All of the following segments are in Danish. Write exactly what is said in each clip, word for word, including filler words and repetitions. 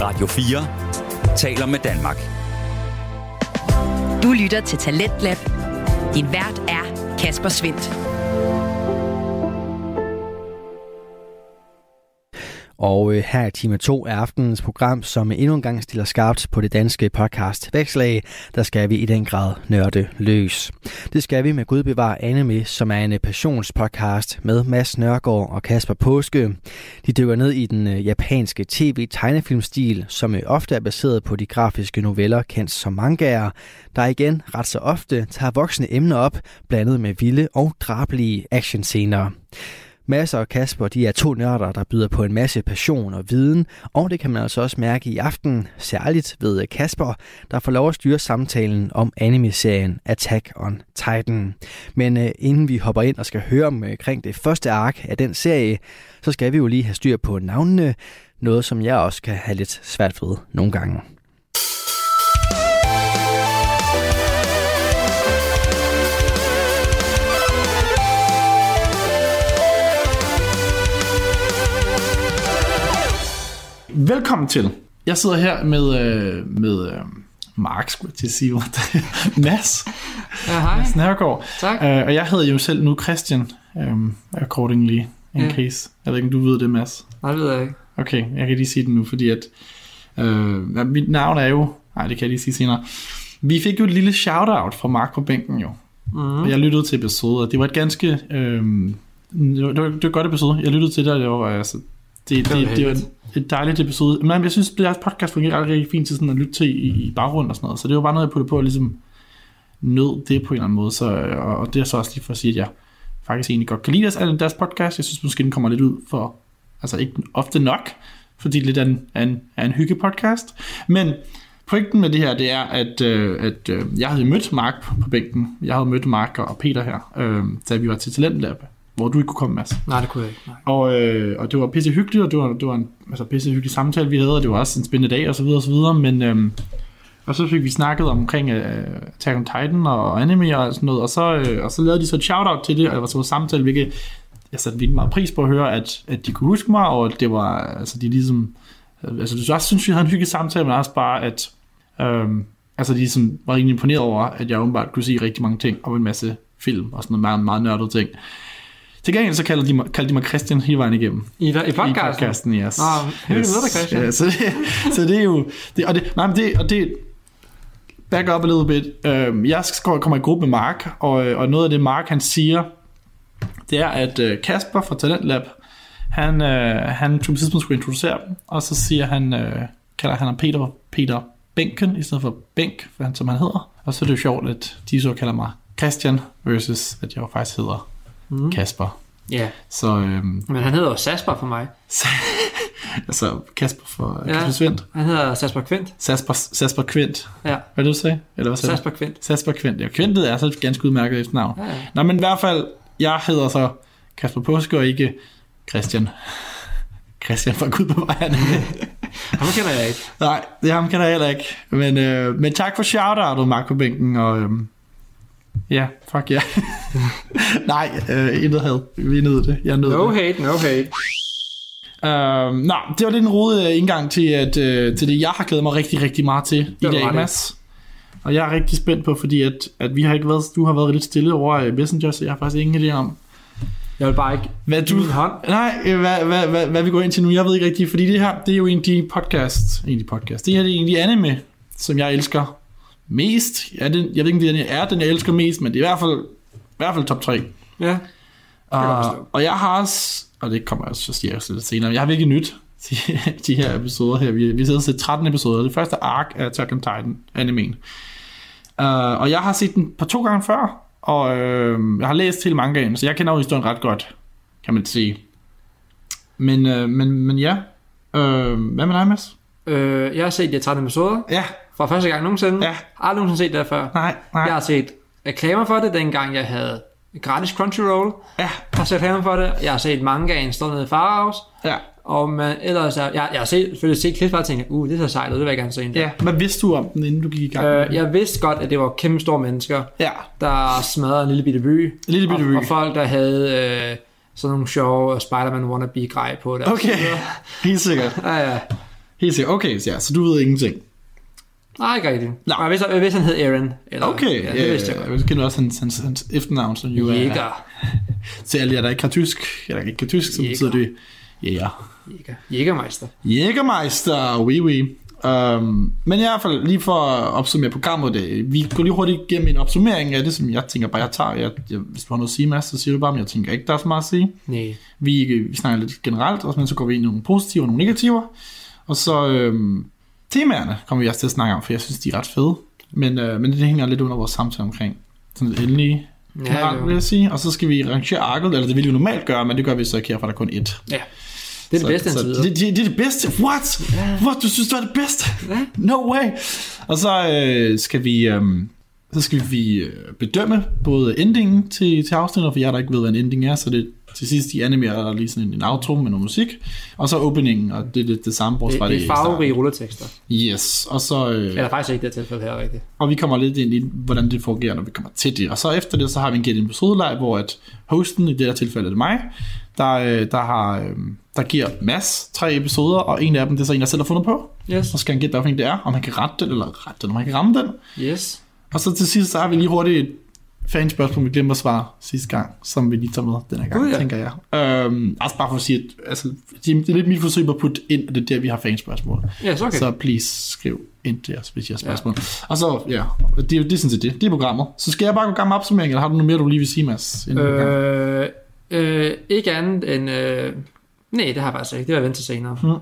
Radio fire taler med Danmark. Du lytter til Talentlab. Din vært er Kasper Svindt. Og øh, her i time to af aftenens program, som endnu en gang stiller skarpt på det danske podcast Vækslag, der skal vi i den grad nørde løs. Det skal vi med Gud bevare anime, som er en passionspodcast med Mads Nørgaard og Kasper Påske. De dykker ned i den øh, japanske tv-tegnefilmstil, som øh, ofte er baseret på de grafiske noveller kendt som mangaer, der igen ret så ofte tager voksne emner op, blandet med vilde og drabelige actionscener. Mads og Kasper, de er to nørder, der byder på en masse passion og viden, og det kan man altså også mærke i aften, særligt ved Kasper, der får lov at styre samtalen om anime-serien Attack on Titan. Men uh, inden vi hopper ind og skal høre omkring det første ark af den serie, så skal vi jo lige have styr på navnene, noget som jeg også kan have lidt svært ved nogle gange. Velkommen til. Jeg sidder her med, øh, med øh, Mark, skulle jeg til at sige. Mads. Ja, hej. Mads Nørgaard. Tak. Øh, og jeg hedder jo selv nu Christian, um, accordingly, in ja. case. Jeg ved ikke, om du ved det, Mads. Nej, det ved jeg ikke. Okay, jeg kan lige sige det nu, fordi at øh, mit navn er jo... Nej, det kan jeg lige sige senere. Vi fik jo et lille shout-out fra Mark på bænken jo. Mm. Og jeg lyttede til episoder, og det var et ganske... Øh, det, var, det var et godt episode. Jeg lyttede til det, og det var altså... Det, det, det, det var et dejligt episode. Men jeg synes, at deres podcast fungerer rigtig fint til sådan at lytte til i, i baggrund og sådan noget. Så det var bare noget, jeg puttede på at ligesom nød det på en eller anden måde. Så, og, og det er så også lige for at sige, at jeg faktisk egentlig godt kan lide deres, deres podcast. Jeg synes måske, den kommer lidt ud for, altså ikke ofte nok, fordi det lidt er en, er en, er en hyggepodcast. Men pointen med det her, det er, at, øh, at øh, jeg havde mødt Mark på, på bænken. Jeg havde mødt Mark og Peter her, øh, da vi var til Talentlab, hvor du ikke kunne komme, Mads. Nej, det kunne jeg ikke. Nej. Og, øh, og det var pisse hyggeligt, og det var, det var en altså, pisse hyggelig samtale, vi havde, og det var også en spændende dag, og så videre, og så videre, men øh, og så fik vi snakket omkring øh, Attack on Titan og anime og sådan noget, og så, øh, og så lavede de så et shout-out til det, og det var så en samtale, hvilket jeg satte virkelig meget pris på at høre, at, at de kunne huske mig, og det var, altså de ligesom, altså du også synes, vi havde en hyggelig samtale, men også bare, at øh, altså de ligesom var rigtig imponeret over, at jeg åbenbart kunne sige rigtig mange ting, om en masse film, og sådan noget meget, meget nørdet ting. Til gengæld så kaldte de mig, kaldte de mig Christian hele vejen igennem. I, der, i podcasten? I podcasten, yes. Nå, helt yes. Med dig, Christian. Ja, så, det, så det er jo... Det, og det, nej, men det, og det... Back up a little bit. Uh, jeg skal komme i gruppe med Mark, og, og noget af det, Mark han siger, det er, at uh, Kasper fra Talentlab, han, uh, han på et tidspunkt skulle introducere dem, og så siger han, uh, kalder han Peter, Peter Bænken, i stedet for Bænk, som han hedder. Og så er det jo sjovt, at de så kalder mig Christian, versus at jeg jo faktisk hedder Mm. Kasper. Ja. Yeah. Så, øhm, men han hedder jo Sasper for mig. altså Kasper for ja, Kasper Svindt. Han hedder Sasper Kvint. Sasper, Sasper Kvint. Ja. Hvad du sagde? Eller hvad sagde Sasper Kvint. Sasper Kvint. Ja, Kvintet er så et ganske udmærket efter navn. Ja, ja. Nå, men i hvert fald, jeg hedder så Kasper Påske og ikke Christian. Christian fra Gud på vejen. Ham kender jeg ikke. Nej, det ham kender jeg heller ikke. Men, øh, men tak for shout-outet, Mark på bænken, og... Øh, ja, fuck ja. Yeah. Nej, øh, intet had. Vi nød det. Jeg nød no det. hate, no hate. Uh, Nå, det var lidt en rodet indgang til, at, uh, til det, jeg har glædet mig rigtig, rigtig meget til i dag, Mads. Og jeg er rigtig spændt på, fordi at, at vi har ikke været, du har været lidt stille over Messenger, så jeg har faktisk ingen idé om... Jeg vil bare ikke hvad du, hånd. Nej, hvad, hvad, hvad, hvad vi går ind til nu, jeg ved ikke rigtigt, fordi det her, det er jo en af de podcasts, en af de podcasts, det her det er en af de anime, som jeg elsker mest. Ja, det, jeg ved ikke, om det er den, jeg elsker mest, men det er i hvert fald, i hvert fald top tre. Ja. Uh, og jeg har også, og det kommer jeg også til at sige lidt senere, jeg har virkelig nyt de, de her episoder her. Vi, vi sidder til tretten episoder. Det første ark af Attack on Titan animen. Uh, og jeg har set den på to gange før, og uh, jeg har læst til mangaen, så jeg kender jo historien ret godt, kan man sige. Men, uh, men, men ja, uh, hvad med dig, Mads? Øh, jeg har set de tretten episoder. Ja. For første gang nogensinde. Ja. Aldrig nogensinde set det før. Nej, nej. Jeg har set reklamer for det, dengang jeg havde gratis Crunchyroll. Ja. Jeg har set reklamer for det. Jeg har set mangaen stå nede i Farhouse. Ja. Og man, ellers, jeg, jeg, jeg har set, selvfølgelig set klip, og tænkt, uh, det er så sejt, det vil jeg gerne se en dag. Ja, hvad vidste du om den, inden du gik i gang? Øh, jeg vidste godt, at det var kæmpe store mennesker, ja. der smadrede en lille bitte by. En lille bitte by. Og, og folk, der havde øh, sådan nogle sjove Spider-Man wannabe grej på det. Okay, helt sikkert. Ja, ja. Helt sikkert. Okay, ja, så du ved ingenting. Nej, ikke rigtigt. Nå. Jeg vidste, jeg vidste, han hed Aaron. Eller, Okay, ja, det vidste jeg jeg godt. kender også hans, hans, hans efternavn, som jo er... Jæger. Til alle jer, der ikke har tysk, eller ikke kan tysk, så Jæger. betyder det jæger. Jæger. Jægermeister. Jægermeister, oui, oui. Um, men i hvert fald, lige for at opsummere programmet, det, vi går lige hurtigt igennem en opsummering af det, som jeg tænker bare, jeg tager. Jeg, jeg, hvis du har noget at sige, Mads, så siger du bare, men jeg tænker ikke, der er så meget at sige. Nej. Vi, vi snakker lidt generelt, og så går vi ind i nogle positive og nogle negativer. Og så øhm, temaerne kommer vi også til at snakke om, for jeg synes, de er ret fede. Men, øh, men det hænger lidt under vores samtale omkring sådan et endelige generelt, jo. vil jeg sige. Og så skal vi rangere arket, eller det vil vi normalt gøre, men det gør vi så ikke her, for der er kun ét. Ja. Det er Så- det bedste så indtil videre. det, det, det er det bedste? What? Ja. What? Du synes, det er det bedste? Ja. No way. Og så øh, skal vi øhm, så skal vi øh, bedømme både endingen til, til afsnittet, for jeg der ikke ved, hvad en ending er, så det til sidst i anime er der lige sådan en, en outro med noget musik, og så openingen, og det er det, det samme, bortset Det, fra det i er starten. farverige rulletekster. Yes, og så øh, Eller faktisk ikke det her tilfælde her rigtigt. og vi kommer lidt ind i, hvordan det fungerer, når vi kommer til det. Og så efter det, så har vi en get episodelej, hvor at hosten, i det her tilfælde er det mig, der, øh, der, har, øh, der giver Mads tre episoder, og en af dem, det er så en, jeg selv har fundet på. Yes. Så skal han gætte, hvad det er, om han kan rette den, eller rette den, om han kan ramme den. Yes. Og så til sidst, så har vi lige hurtigt et fanspørgsmål, vi glemte at svare sidste gang, som vi lige tager med den her gang, Gud, ja. tænker jeg. Øhm, altså bare for at sige, at altså, det er lidt mit forsøg på at putte ind, at det er der, vi har fanspørgsmål. Yes, okay. Så please skriv ind til os, hvis I har spørgsmål. Ja. Og så, ja, det er jo det, er sådan set det. Det er programmet. Så skal jeg bare gå i gang med opsummering, eller har du noget mere, du lige vil sige, Mads? inden vi går i gang? Øh, øh, ikke andet end... Øh, nej, det har jeg faktisk ikke. Det vil jeg vente til senere.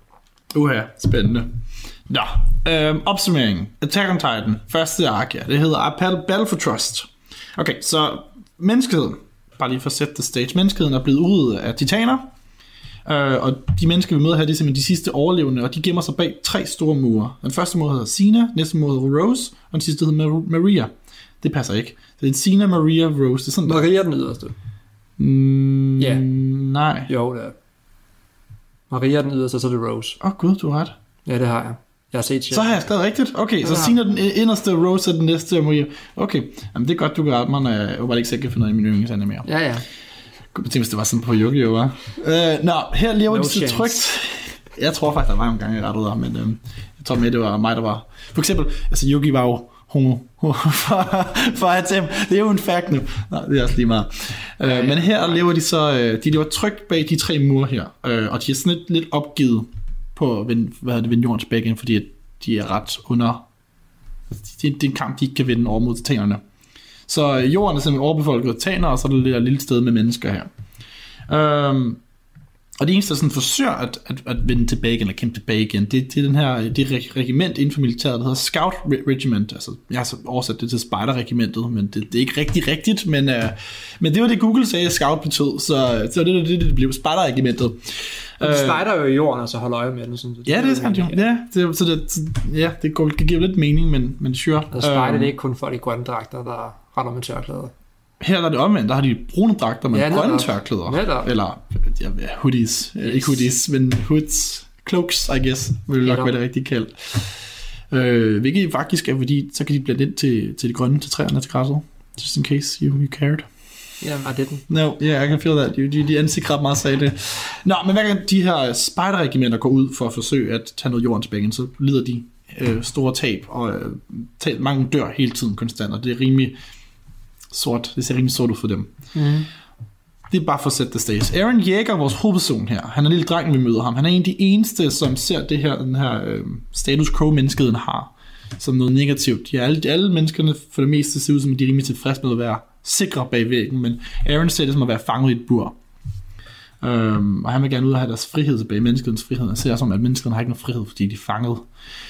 Uha, spændende. Nå, øhm, opsummeringen. Attack on Titan, første ark, ja. Det hedder Battle, Battle for Trust. Okay, så menneskeheden, bare lige for at sætte the stage, menneskeheden er blevet udryddet af titaner, øh, og de mennesker, vi møder her, det er simpelthen de sidste overlevende, og de gemmer sig bag tre store mure. Den første mur hedder Sina, næste mur hedder Rose, og den sidste hedder Mar- Maria. Det passer ikke. Det er Sina, Maria, Rose. Det er sådan, Maria er den yderste. mm, Ja. Nej. Jo, det er. Maria er den yderste, så er det Rose. Åh oh, gud, du har ret. Ja, det har jeg. Jeg har set shit. Så har jeg skrevet rigtigt. Okay, så Ja. Sina den inderste, Rose er den næste, Maria. Okay, jamen det er godt, du kan rette mig, når jeg jo bare ikke selv kan finde noget i min yndlingsanime mere. Ja, ja. Gud, tænk, hvis det var sådan på Yu-Gi-Oh, var. Øh, nå, her lever No de så chance. trygt. Jeg tror faktisk, der var nogle gange, jeg rettede dig, men øh, jeg tror med, det var mig, der var. For eksempel, altså Yugi var jo homo for, for at dem. Det er jo en fact nu. Nej, det er også lige meget. Øh, ja. Men her lever de så, øh, de lever trygt bag de tre mure her, øh, og de er sådan lidt, lidt opgivet på, ved, hvad hedder det, ved jordens bækken, fordi at de er ret under, altså, det, det er en kamp, de ikke kan vinde over mod titanerne. Så øh, jorden er simpelthen overbefolket af titaner, og så er der et lille sted med mennesker her. Øhm, og det eneste, der sådan forsøger at, at, at vende tilbage igen, eller kæmpe tilbage igen, det, det er den her, det er regiment inden for militæret, der hedder Scout Regiment. Altså, jeg har så oversat det til Spider-regimentet, men det, det er ikke rigtig rigtigt, men, øh, men det var det, Google sagde, at Scout betød, så, så det var det, det, det blev Spider-regimentet. De spider jo i jorden, og så holder øje med den. Sådan, Ja, det er sandt jo. Ja, det, så det, så, ja, det, går, det giver lidt mening, men, men sure. Og spider Øhm, det er ikke kun for de grønne dragter, der render med tørklæder. Her er det omvendt, der har de brune dragter med Ja, ja, netop. grønne tørklæder. Netop. Eller ja, hoodies. Yes. Ikke hoodies, men hoods. Cloaks, I guess, vil nok Netop. være det rigtige kald. Øh, hvilket faktisk er, fordi så kan de blande ind til, til de grønne, til træerne, til græsset. Just in case you, you cared. Jamen, I didn't. No, yeah, I can feel that. De, de, de ansigter ret meget sagde det. Nå, men hver gang de her spider-regimenter går ud for at forsøge at tage noget jorden tilbage, så lider de øh, store tab, og øh, tab, mange dør hele tiden konstant, og det er rimelig sort. Det ser rimelig sort ud for dem. Mm. Det er bare for at sætte det stage. Aaron Jæger, vores hovedperson her, han er en lille dreng, vi møder ham. Han er en af de eneste, som ser det her, den her øh, status quo, menneskeheden har, som noget negativt. De er alle, alle menneskerne for det meste ser ud som, at de er rimelig tilfredse med at være sikre bag væggen, men Aaron ser det som at være fanget i et bur. Øhm, og han vil gerne ud og have deres frihed tilbage, menneskehedens frihed. Han ser som, at menneskerne har ikke nogen frihed, fordi de er fanget.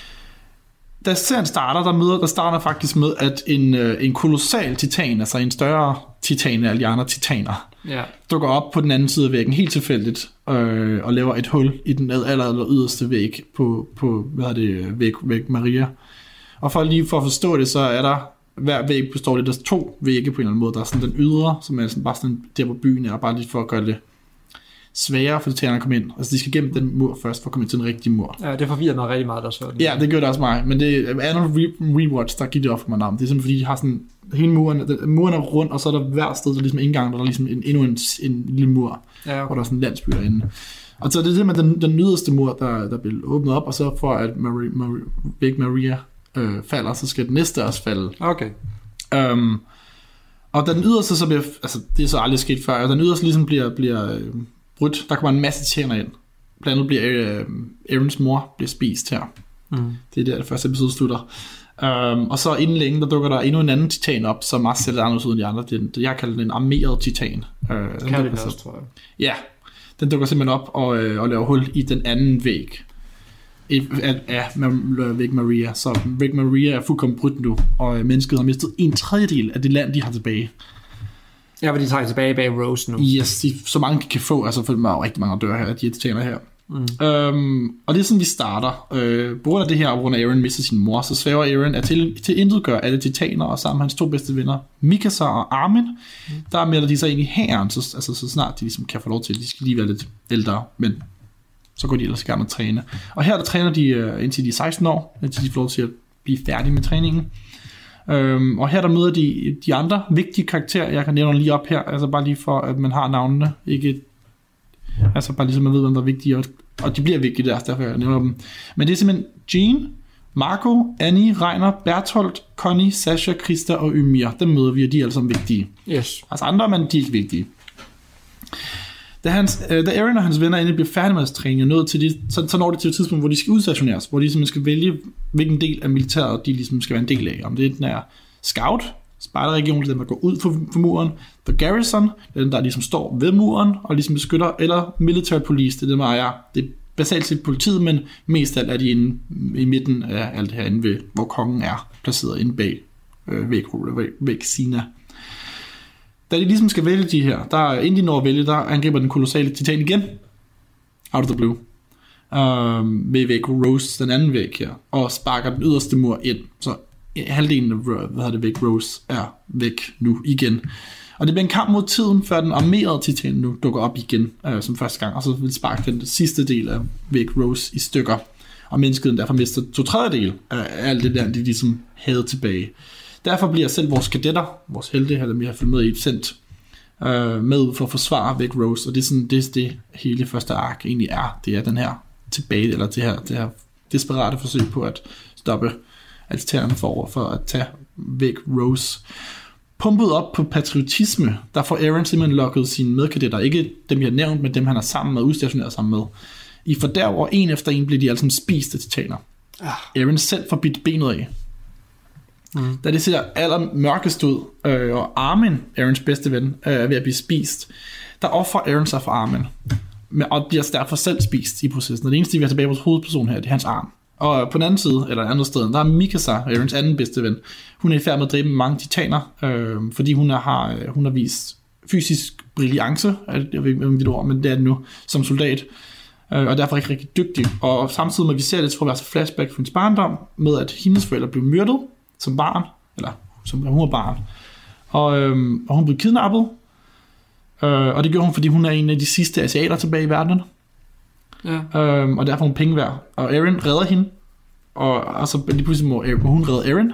Da serien starter, der, møder, der starter faktisk med, at en, øh, en kolossal titan, altså en større titan af alle de andre titaner, Ja. dukker op på den anden side af væggen, helt tilfældigt, øh, og laver et hul i den aller, aller yderste væg på, på hvad er det, væg, væg Maria. Og for lige for at forstå det, så er der, hver væg består det, der er to vægge på en eller anden måde. Der er sådan den ydre, som er sådan bare sådan der på byen, er bare lige for at gøre det sværere for titanerne at komme ind. Altså de skal gennem den mur først, for at komme ind til den rigtige mur. Ja, det forvirrer mig rigtig meget, der så. Ja, det gør det også mig, men det er nogle re- rewatch, der giver det op for mig navn. Det er simpelthen fordi, de har sådan, hele muren, den, muren er rund, og så er der hver sted, der er ligesom indgang, der er ligesom en, endnu en, en lille mur, Ja, hvor okay. der er sådan en landsby derinde. Og så er det det med den, den yderste mur, der, der bliver åbnet op, og så for at Marie, Marie, Big Maria øh, falder, så skal den næste også falde. Okay. Um, og da den yderste så bliver, altså det er så aldrig sket før, og den yderste ligesom bliver, bliver øh, brudt, der kommer en masse tjener ind. Blandt andet bliver øh, Aarons mor bliver spist her. Mm. Det er der, det første episode slutter. Um, og så inden længe, der dukker der endnu en anden titan op, som også ser lidt anderledes ud end de andre. Det, det, jeg kalder den en armeret titan. Uh, kan det også, så, tror jeg. Ja, den dukker simpelthen op og, øh, og laver hul i den anden væg af, af Big Maria. Så Big Maria er fuldkommen brudt nu, og mennesket har mistet en tredjedel af det land, de har tilbage. Ja, hvor de tager tilbage bag Rose nu. Yes, de, så mange kan få, altså for der er jo rigtig mange, der dør her, de her titaner her. Mm. Øhm, og det er sådan, vi starter. Øh, på grund af det her, på grund af Eren mister sin mor, så svæver Eren at til, til intet gør alle titaner, og sammen hans to bedste venner, Mikasa og Armin, mm. der melder de sig ind i hæren, så, altså, så snart de ligesom kan få lov til, de skal lige være lidt ældre, men så går de ellers i gang med at træne. Og her der træner de øh, indtil de er seksten år, indtil de får lov til at blive færdige med træningen. Øhm, og her der møder de de andre vigtige karakterer, jeg kan nævne lige op her, altså bare lige for, at man har navnene, ikke altså bare ligesom man ved, hvem der er vigtige, og, og de bliver vigtige der, derfor jeg nævner dem. Men det er simpelthen Jean, Marco, Annie, Reiner, Bertholdt, Connie, Sasha, Krista og Ymir. Dem møder vi, og de er alle sammen vigtige. Yes. Altså andre, men de er ikke vigtige. Da, hans, øh, da Eren og hans venner endelig bliver færdige med deres træning, og nået til de, så, så når det til et tidspunkt, hvor de skal udstationeres, hvor de simpelthen skal vælge, hvilken del af militæret de ligesom skal være en del af. Om det er den her Scout, Spejderregion, den der går ud for, for muren, The Garrison, den der ligesom står ved muren og ligesom beskytter, eller Military Police, det er det, der er, det er basalt set politiet, men mest af alt er de inde i midten af alt det her inde ved, hvor kongen er placeret inde bag øh, væg, væg, væg Sina. Da de ligesom skal vælge de her, der inden de når at vælge, der angriber den kolossale titan igen, out of the blue, um, ved væg Rose, den anden væg her, og sparker den yderste mur ind, så halvdelen af hvad hedder det, væg Rose er væk nu igen. Og det bliver en kamp mod tiden, før den armerede titan nu dukker op igen, øh, som første gang, og så vil sparke den sidste del af væg Rose i stykker, og mennesket derfor mister to tredjedel af alt det der, de ligesom havde tilbage. Derfor bliver selv vores kadetter, vores helte, eller mere følge med i et sendt, øh, med ud for at forsvare væk Rose, og det er sådan, det, det hele første ark egentlig er, det er den her tilbage, eller det her, det her desperate forsøg på at stoppe alternerne for, for at tage væk Rose. Pumpet op på patriotisme, der får Eren simpelthen lukket sine medkadetter, ikke dem jeg har nævnt, men dem han er sammen med, udstationeret sammen med. I fordærv, og en efter en bliver de alle sammen spist af titaner. Ah. Eren selv får bidt benet af. Mm. Da det ser aller mørkest ud, øh, og Armin, Erens bedste ven, øh, er ved at blive spist, der offer Eren sig for Armin, og bliver derfor selv spist i processen. Og det eneste, vi har tilbage på vores hovedperson her, det er hans arm. Og på den anden side, eller andet sted, der er Mikasa, Erens anden bedste ven. Hun er i færd med at dræbe mange titaner, øh, fordi hun har, hun har vist fysisk brillance, jeg ved ikke, om det ord, men det er det nu, som soldat, øh, og derfor er ikke rigtig dygtig. Og samtidig med, at vi ser det, tror jeg, altså flashback fra hendes barndom, med at hendes forældre blev myrdet som barn, eller som hun var barn, og, øhm, og hun blev kidnappet, øh, og det gjorde hun, fordi hun er en af de sidste asiater tilbage i verden, ja. øhm, og derfor er hun penge værd, og Eren redder hende, og, og så lige pludselig må hun redde Eren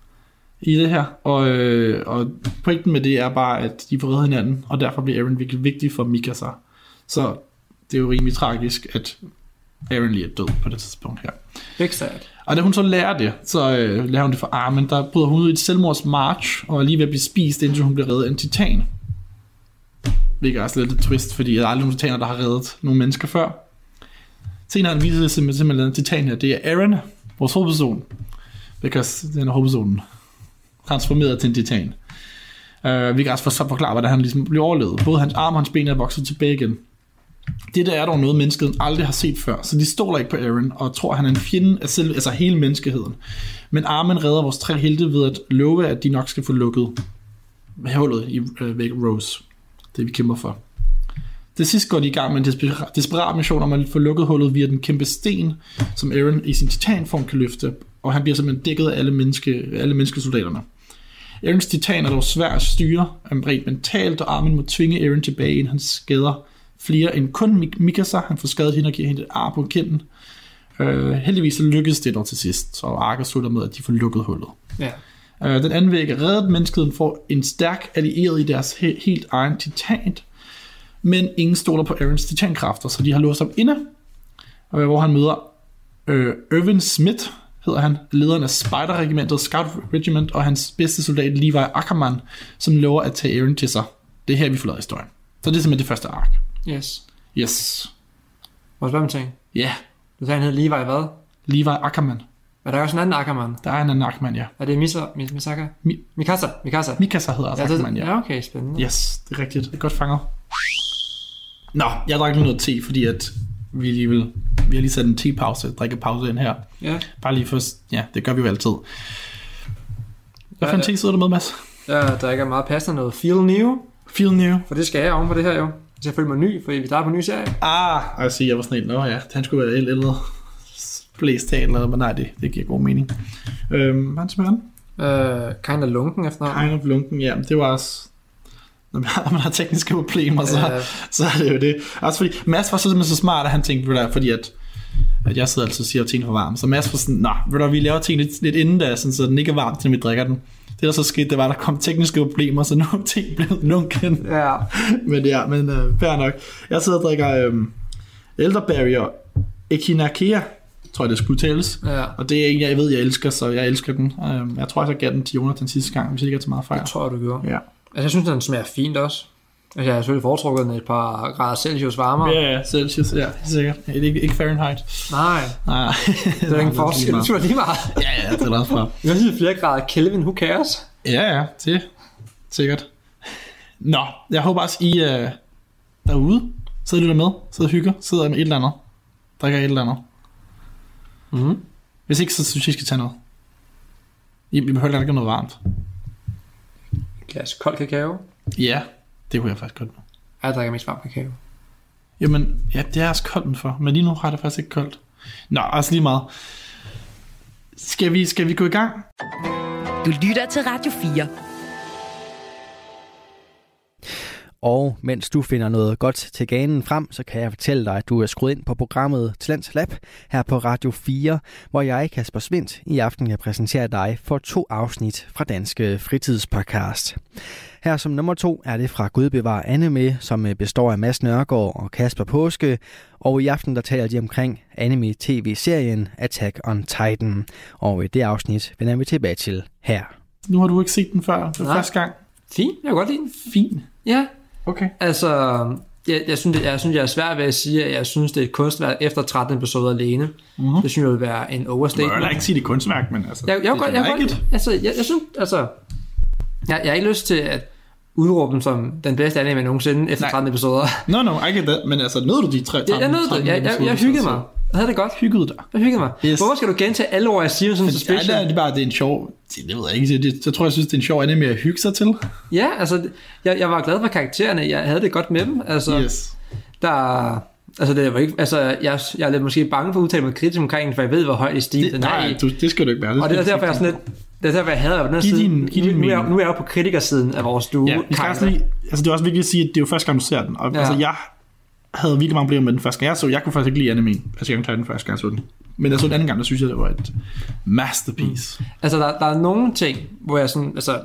i det her, og, øh, og pointen med det er bare, at de får reddet hinanden, og derfor bliver Eren virkelig vigtig for Mikasa, så det er jo rimelig tragisk, at Eren lige er død på det tidspunkt her. Exakt. Og da hun så lærer det, så øh, lærer hun det for Armin, der bryder hun ud i et selvmordsmarch, og er lige ved at blive spist, indtil hun bliver reddet af en titan. Hvilket er også lidt et twist, fordi der er aldrig nogen titaner, der har reddet nogle mennesker før. Senere viser det simpelthen, at en titan her, det er Eren, vores hovedperson, because den er hovedpersonen transformeret til en titan. Uh, vi kan også forklare, hvordan han ligesom bliver overlevet. Både hans arm og hans ben er vokset tilbage igen. Det der er dog noget, mennesket aldrig har set før, så de stoler ikke på Eren og tror, at han er en fjende af selv, altså hele menneskeheden. Men Armin redder vores tre helte ved at love, at de nok skal få lukket hullet i øh, væk Rose. Det vi kæmper for. Det sidste går de i gang med en desperat, desperat mission om at få lukket hullet via den kæmpe sten, som Eren i sin titanform kan løfte, og han bliver simpelthen dækket af alle, menneske, alle menneskesoldaterne. Erens titan er dog svær at styre, rent mentalt, og Armin må tvinge Eren tilbage, inden han skader flere end kun Mikasa. Han får skadet hende og giver hende et ar på kinden. Uh, heldigvis så lykkedes det dog til sidst, så Ark slutter med, at de får lukket hullet. Ja. Uh, den anden væg er reddet. Menneskeheden får en stærk allieret i deres he- helt egen titan. Men ingen stoler på Erins titankræfter, så de har låst ham inde, hvor han møder øh, Irvin Smith, hedder han, lederen af Spider-regimentet, Scout Regiment, og hans bedste soldat, Levi Ackerman, som lover at tage Erin til sig. Det er her, vi forlader historien. Så det er simpelthen det første ark. Yes. Yes. Må jeg spørge om ting? Ja. Yeah. Du sagde, han hed Levi hvad? Levi Ackerman. Er der også en anden Ackerman? Der er en anden Ackerman, ja. Er det Misa, Misaka? Mi- Mikasa? Mikasa? Mikasa hedder altså ja, Ackerman, ja. Ja, okay, spændende. Yes, det er rigtigt. Det er godt fanget. Nå, jeg drak lige noget te, fordi at vi lige vil, vi har lige sat en te-pause, drikkepause ind her. Ja. Bare lige først, ja, det gør vi jo altid. Hvad for en ja, te sidder du med, Mads? Ja, der ikke er meget passende noget Feel New. Feel New. For det skal jeg oven på det her jo. Så jeg føler mig ny, fordi vi starter på en ny serie. Ah, jeg siger, jeg var sådan en, nå ja, han skulle være et eller andet blæst eller noget, men nej, det, det giver god mening. Øhm, hvad smager den? Uh, kind of lunken efterhånden. Kind of lunken, ja, det var også... Når man har, man har tekniske problemer, så, uh, så er det jo det. Også fordi, Mads var så simpelthen så smart, at han tænkte, ved du, fordi at, at jeg sidder altid og siger, at tingene er for varme. Så Mads var sådan, nå, ved du, vi laver tingene lidt, lidt inden da, sådan, så den ikke er varm, til vi drikker den. Det der så skete, det var, at der kom tekniske problemer, så nu er ting blevet lunken. Ja. men ja, men uh, fair nok. Jeg sidder og drikker um, Elderberry og Echinacea, tror jeg det skulle tales. Ja. Og det er en, jeg ved, jeg elsker, så jeg elsker den. Um, jeg tror, jeg så gav den til Jonas den sidste gang, hvis jeg ikke er til meget fejl. Det tror jeg, du gjorde. Ja. Altså, jeg synes, den smager fint også. Altså, jeg har selvfølgelig foretrukket den et par grader Celsius varmere. Ja, ja, Celsius, ja, sikkert. Ikke, ikke Fahrenheit. Nej. Nej. Det er ingen forskel, det tror jeg lige meget. Ja, ja, det er også fra. Jeg synes, flere grader Kelvin, who cares? Ja, ja, det sikkert. Nå, jeg håber også, I uh, derude sidder lytter med, sidder og hygger, sidder med et eller andet, drikker et eller andet. Mm-hmm. Hvis ikke, så synes jeg, I skal tage noget. I, I behøver ikke noget varmt. Glas kold kakao? Ja, det kunne jeg faktisk godt nu. Jeg drikker mest varm kakao. Jamen, ja, det er også koldt for, men lige nu har det faktisk ikke koldt. Nå, også lige meget. Skal vi, skal vi gå i gang? Du lytter til Radio fire. Og mens du finder noget godt til ganen frem, så kan jeg fortælle dig, at du er skruet ind på programmet Talents Lab her på Radio fire, hvor jeg, Kasper Svindt, i aften kan præsentere dig for to afsnit fra Danske Fritidspodcast. Her som nummer to er det fra Gud bevar anime, som består af Mads Nørgaard og Kasper Påske. Og i aften der taler de omkring anime-tv-serien Attack on Titan. Og i det afsnit vender vi tilbage til her. Nu har du ikke set den før. Det er første gang. Fint, jeg kan godt lide den. Fint. Ja. Okay. Altså, jeg, jeg, synes, det, jeg synes, jeg er svært ved at sige, at jeg synes, det er et kunstværk efter tretten episoder alene. Mm-hmm. Det synes jeg vil være en overstatement. Jeg vil ikke sige, det er kunstværk, men altså... Jeg, jeg, det jeg, jeg, jeg, godt, altså, jeg, jeg synes, altså... Jeg, jeg har ikke lyst til at udråbe dem som den bedste anime nogensinde efter Nej. tretten episoder. No, no, I get that. Men altså, nød du de tre tretten? Ja, jeg nød det. Jeg, jeg, jeg hyggede mig. Jeg havde det godt. Hyggede dig. Jeg hyggede mig. Yes. Hvorfor skal du gentage alle ord, jeg siger sådan så special? Ja, det er bare, det er en sjov... Det ved jeg ikke. Det, jeg tror, jeg synes, det er en sjov anime at hygge sig til. Ja, altså, jeg, jeg var glad for karaktererne. Jeg havde det godt med dem. Altså, yes. Der... Altså, det var ikke, altså jeg, jeg er lidt måske bange for at udtale mig kritisk omkring, for jeg ved, hvor højt i stil den er. Nej, du, det skal du ikke være. Det og det er derfor, jeg er sådan lidt... Det er derfor, jeg hader på den her side. Din, din nu, er, nu er jeg jo på kritikersiden af vores duo. Ja, lige, altså det er også vigtigt at sige, at det er jo første gang, du ser den. Og ja. Altså, jeg havde virkelig mange problemer med den første gang, jeg så. Jeg kunne faktisk ikke lide anime. Altså, jeg kunne tage den første gang, jeg så den. Men jeg så den anden gang, der synes jeg, det var et masterpiece. Mm. Altså, der, der er nogle ting, hvor jeg sådan... Altså,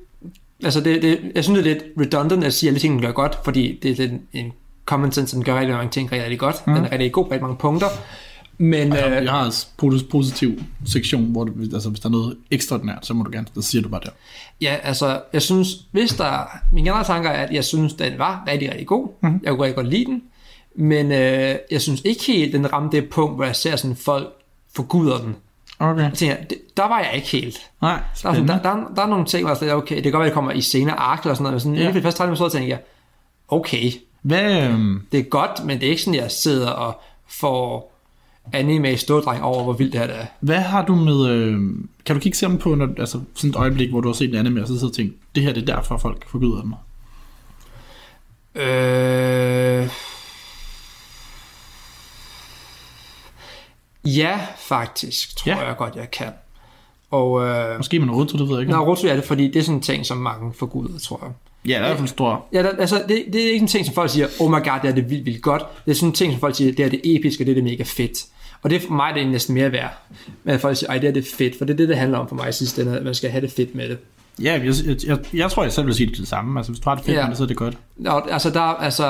altså det, det, jeg synes, det er lidt redundant at sige, at alle tingene gør godt, fordi det er en common sense, den gør rigtig mange ting rigtig, rigtig godt. Mm. Den er rigtig god på rigtig mange punkter. Men, og jeg, øh, jeg har en positiv sektion, hvor du, altså, hvis der er noget ekstraordinært, så må du gerne, så siger du bare der. Ja, altså, jeg synes, hvis der... Min generelle tanker er, at jeg synes, den var rigtig, rigtig god. Mm. Jeg kunne rigtig godt lide den. Men øh, jeg synes ikke helt, den ramte det punkt, hvor jeg ser sådan folk forguder den. Okay. Jeg tænker, det, der var jeg ikke helt. Nej, der, er, sådan, der, der, der er nogle ting, hvor jeg siger, okay, det kan godt være, det kommer i senere ark eller sådan noget, men sådan, ja. Inden for de første tredive minutter, tænker jeg, okay, hvad, øhm... det er godt, men det er ikke sådan, jeg sidder og får anime i stådreng over, hvor vildt det her det er. Hvad har du med, øh... kan du kigge sammen på, når, altså sådan et øjeblik, hvor du har set en anime, og så sidder og tænker, det her det er derfor, folk forguder mig? Øh... Ja, faktisk, tror ja. jeg godt, jeg kan. Og, øh... Måske med Naruto, det ved jeg ikke. Naruto er det, fordi det er sådan en ting, som mange forguder, tror jeg. Ja, det er i hvert fald stor. Ja, der, altså, det, det er ikke en ting, som folk siger, oh my god, det er det vildt, vildt godt. Det er sådan en ting, som folk siger, det er det episke, og det er det mega fedt. Og det er for mig, det er næsten mere værd. Men folk siger, ej, det er det fedt, for det er det, det handler om for mig i sidste ende, at man skal have det fedt med det. Ja, jeg, jeg, jeg, jeg tror, jeg selv vil sige det, det samme. Altså, hvis du har det fedt, ja. Så er det godt. Nå, altså, der altså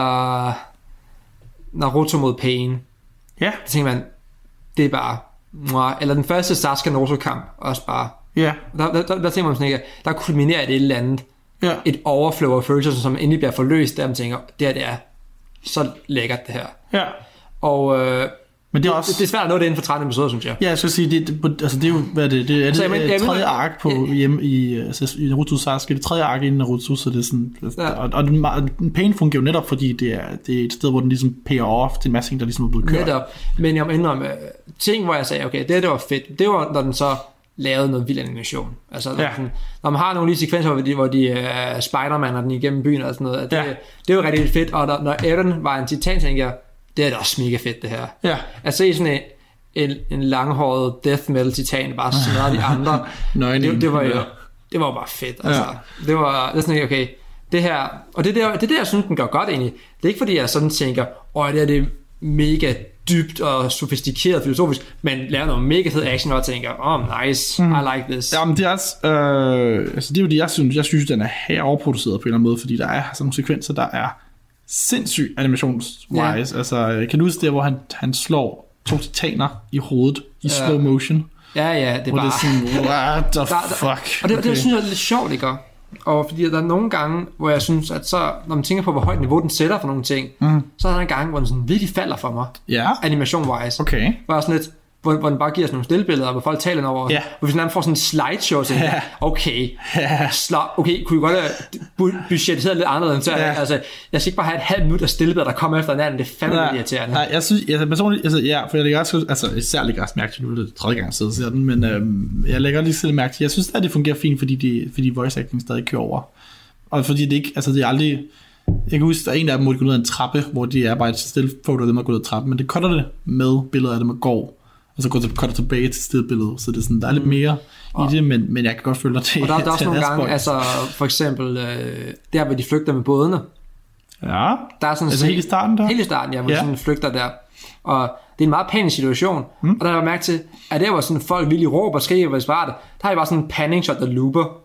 Naruto mod Pain. Ja. Det tænker man, det er bare... Eller den første Sasuke Naruto-kamp, også bare... Ja. Der, der, der, der tænker man sådan ikke, der kulminerer et eller andet. Ja. Et overflow af følelser, som endelig bliver forløst, der man tænker, det her, det er så lækkert, det her. Ja. Og... Øh, Men det er også... Det, det er svært at nå det inden for tretten episoder, synes jeg. Ja, jeg skal sige, det, det, altså, det er jo, hvad er det, det er altså, det, jamen, tredje jamen, ark på ja. hjemme i, altså, i Naruto Sasuke, det tredje ark inden Naruto, så det er sådan, ja. og, og den, den Pain fungerer jo netop, fordi det er, det er et sted, hvor den ligesom payer off til en masse ting, der ligesom er blevet kørt. Netop, men jeg må indrømme, ting, hvor jeg sagde, okay, det, det var fedt, det var, når den så lavede noget vild animation. Altså, når, ja. sådan, når man har nogle lige sekvenser, hvor de, hvor de uh, Spider-Man og den igennem byen og sådan noget, det, ja. det er jo rigtig fedt, og når, når Eren var en titan, tænkte jeg, det er da også mega fedt, det her. Ja. At se sådan en, en, en langhåret death metal titan, bare smadre de andre, det, det var jo det var jo bare fedt. Altså. Ja. Det var det er sådan, okay, det her, og det der, det der, jeg synes, den gør godt egentlig. Det er ikke fordi, jeg sådan tænker, åh, det er det mega dybt og sofistikeret filosofisk, men laver noget mega fed action, og tænker, oh, nice, mm. I like this. Jamen, det er også, øh, altså det er jo det, jeg synes, jeg synes, den er her overproduceret på en eller anden måde, fordi der er sådan nogle sekvenser, der er sindssygt animationswise. Ja. Altså, kan du huske det, hvor han, han slår to titaner i hovedet i ja. slow motion? Ja, ja, det er bare... det er sådan, what the der, der, fuck? Og det, okay. det synes jeg er lidt sjovt, ikke? Og fordi der er nogle gange, hvor jeg synes, at så, når man tænker på, hvor højt niveau den sætter for nogle ting, mm. så er der en gang, hvor den sådan virkelig falder for mig. Ja. Yeah. Animation-wise. Okay. Hvor jeg sådan lidt... Hvor, hvor den bare giver sådan nogle stillbilleder, hvor folk taler over, yeah. hvor vi sådan får sådan en slideshow, så yeah. okay, yeah. Sla- okay, kunne vi godt have budgetteret lidt anderledes, så yeah. altså, jeg skal ikke bare have et halvt minut af stillbilleder, der kommer efter hinanden, det er fandme ja. irriterende. Nej, jeg synes, jeg personligt, altså, ja, for jeg lægger også, altså, især lægger også mærke til, nu er det tredje gang, jeg ser den, men øhm, jeg lægger lige selv mærke til, jeg synes, at det fungerer fint, fordi, de, fordi voice acting stadig kører over, og fordi det ikke, altså det er aldrig, jeg kan huske, der er en af dem, hvor de går ned ad en trappe, hvor de er bare et stillfoto af dem, der går ned ad trappen, men det cutter det med billeder af dem, der går, og så går det tilbage til stedbilledet, så det er sådan, der er lidt mere mm. i det, men, men jeg kan godt følge dig til. Og der, der er også nogle gange, altså for eksempel, øh, der hvor de flygter med bådene. Ja, der er sådan altså helt i starten der? Helt i starten, ja, hvor ja. de sådan flygter der. Og det er en meget pæn situation, mm. og der har jeg mærke til, at der hvor sådan folk virkelig råber og skriger, hvor de svarer det, der har jeg bare sådan en panning shot, der looper.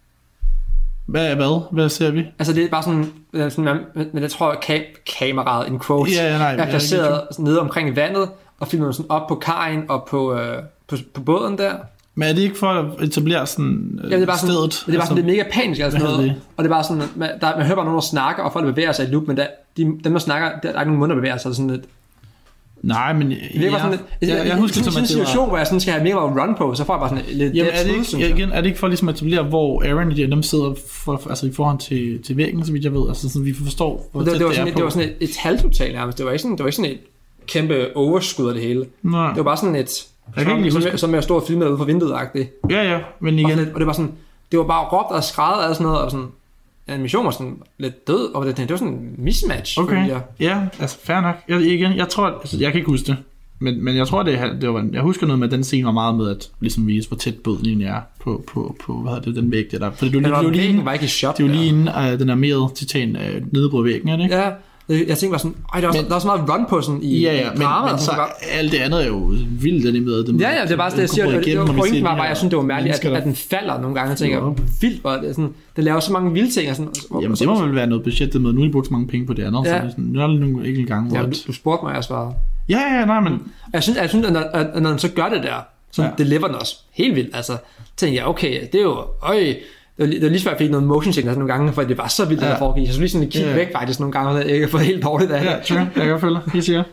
Hvad, hvad? Hvad ser vi? Altså det er bare sådan, sådan men jeg tror, ka- kameraet, en quote, ja, ja, nej, er placeret nede omkring vandet, og filmer sådan op på kajen og på, øh, på, på båden der. Men er det ikke for at etablere sådan øh, ja, det er bare sådan, stedet? Det er bare sådan, det er mega panisk altså noget, det? Og det er bare sådan, man, der, man hører bare nogen, der snakker, og folk der bevæger sig i loop, men der, de, dem der snakker, der, der er ikke nogen munder, der bevæger sig, så sådan lidt. Nej, men det er bare sådan, jeg, jeg, jeg husker sådan en situation, var... hvor jeg sådan skal have mere run på, så får jeg bare sådan lidt. Jamen, er det ikke, ja, igen, er det ikke for ligesom at etablere, hvor Eren og dem sidder for, altså i forhold til til væggen, så vidt jeg ved, altså sådan vi forstår hvor det, det, var sådan, det, det var sådan et, et halvtotal nærmest. Det var ikke sådan, det var ikke sådan et kæmpe overskud af det hele. Nej. Det var bare sådan et jeg kan ikke som, som jeg stod og filmede ude på vinduet-agtigt. Ja, ja, men igen. Og, og det var sådan, det var bare råbt og skræddet og sådan noget, og sådan animation var sådan lidt død, og det, det var sådan en mismatch. Okay, jeg. Ja, altså fair nok. Jeg, igen, jeg tror, altså, jeg kan ikke huske det, men, men jeg tror, det, det var, jeg husker noget med, at den scene var meget med, at ligesom vise, hvor tæt båden er på, på, på, hvad hedder det, den væg, der der. For det, det, det, det, det, lige, var ikke i shot, det er jo lige inden, uh, den armerede titan uh, nedbrød væggen, er det ikke? Ja. Jeg tænkte bare sådan, ej, der var, men, der var så meget run på sådan i ja, ja, men, drama, men så bare... alt det andet er jo vildt animeret. Den, ja, ja, det er bare det, jeg siger. Det, det, det pointen var bare, jeg synes, det var mærkeligt, at, at den falder nogle gange. Jeg tænker, ja. vildt, hvor det, sådan, det laver så mange vilde ting. Og sådan, jamen, og det må vel være noget budgettet med. Nu har de brugt så mange penge på det andet. Ja. Så det sådan, nu er der nogle enkelte gange, hvor... Ja, du, du spurgte mig, jeg svarede. Ja, ja, nej, men... Jeg synes, jeg synes at, når, at når den så gør det der, så ja. deliver den også helt vildt. Altså, tænker jeg, okay, det er jo... Øj, det var, lige, det var lige svært, at jeg fik noget motion sickness nogle gange, for det var så vildt, ja. der foregik. Jeg skulle lige sådan kigge yeah. væk faktisk nogle gange, og jeg ikke har fået helt dårligt af det. Ja, sure. Jeg kan følge dig. siger.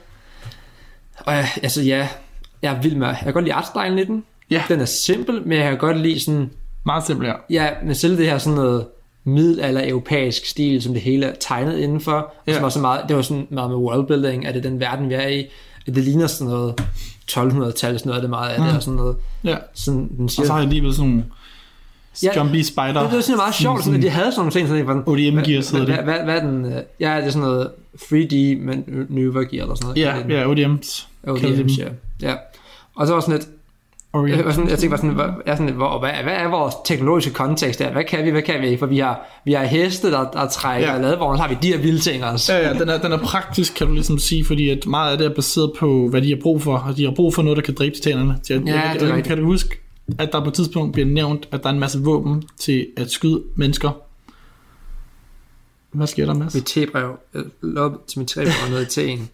Og ja, altså ja, jeg er vild med, jeg kan godt lide artstylen i den. Ja. Den er simpel, men jeg kan godt lide sådan... Meget simpel, ja. Ja, men selv det her sådan noget middelalder europæisk stil, som det hele er tegnet indenfor. Ja. Som var så meget, det var sådan meget med worldbuilding, at det er den verden, vi er i. Det ligner sådan noget tolv hundrede-tal, sådan noget af det meget af mm. det, og sådan noget. Ja, sådan, den siger, og så har jeg alligevel sådan nogle... Ja, Jumpy Spider. Det, det var sådan meget sjovt, sådan, at de havde sådan nogle ting, sådan sådan, O D M gear sidder det. Hvad, hvad, hvad er den? Ja, det er sådan noget tre D maneuver gear eller sådan noget. Ja, ja, O D M's. O D M's, ja. ja. Og så var sådan lidt, jeg, var sådan, jeg tænkte bare sådan, hvad, er sådan, hvor, hvad, hvad er vores teknologiske kontekst der? Hvad kan vi, hvad kan vi ikke? For vi har, vi har heste, der, der trækker ja. ladevogn, så har vi de her vilde ting også. Ja, ja, den er, den er praktisk, kan du ligesom sige, fordi at meget af det er baseret på, hvad de har brug for, og de har brug for noget, der kan dræbe titanerne. Jeg, ja, jeg, jeg, kan du huske, at der på et tidspunkt bliver nævnt, at der er en masse våben til at skyde mennesker. Hvad sker der, Mads? Mit tebrev. Jeg lå til mit tebrev ned i teen.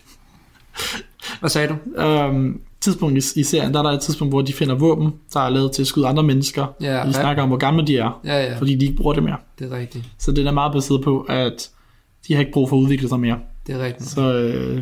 Hvad sagde du? Øhm, tidspunkt i, i serien, der er der et tidspunkt, hvor de finder våben, der er lavet til at skyde andre mennesker. Ja, de snakker om, hvor gamle de er, ja, ja. fordi de ikke bruger det mere. Det er rigtigt. Så det er meget baseret på, at de har ikke brug for at udvikle sig mere. Det er rigtigt. Så øh,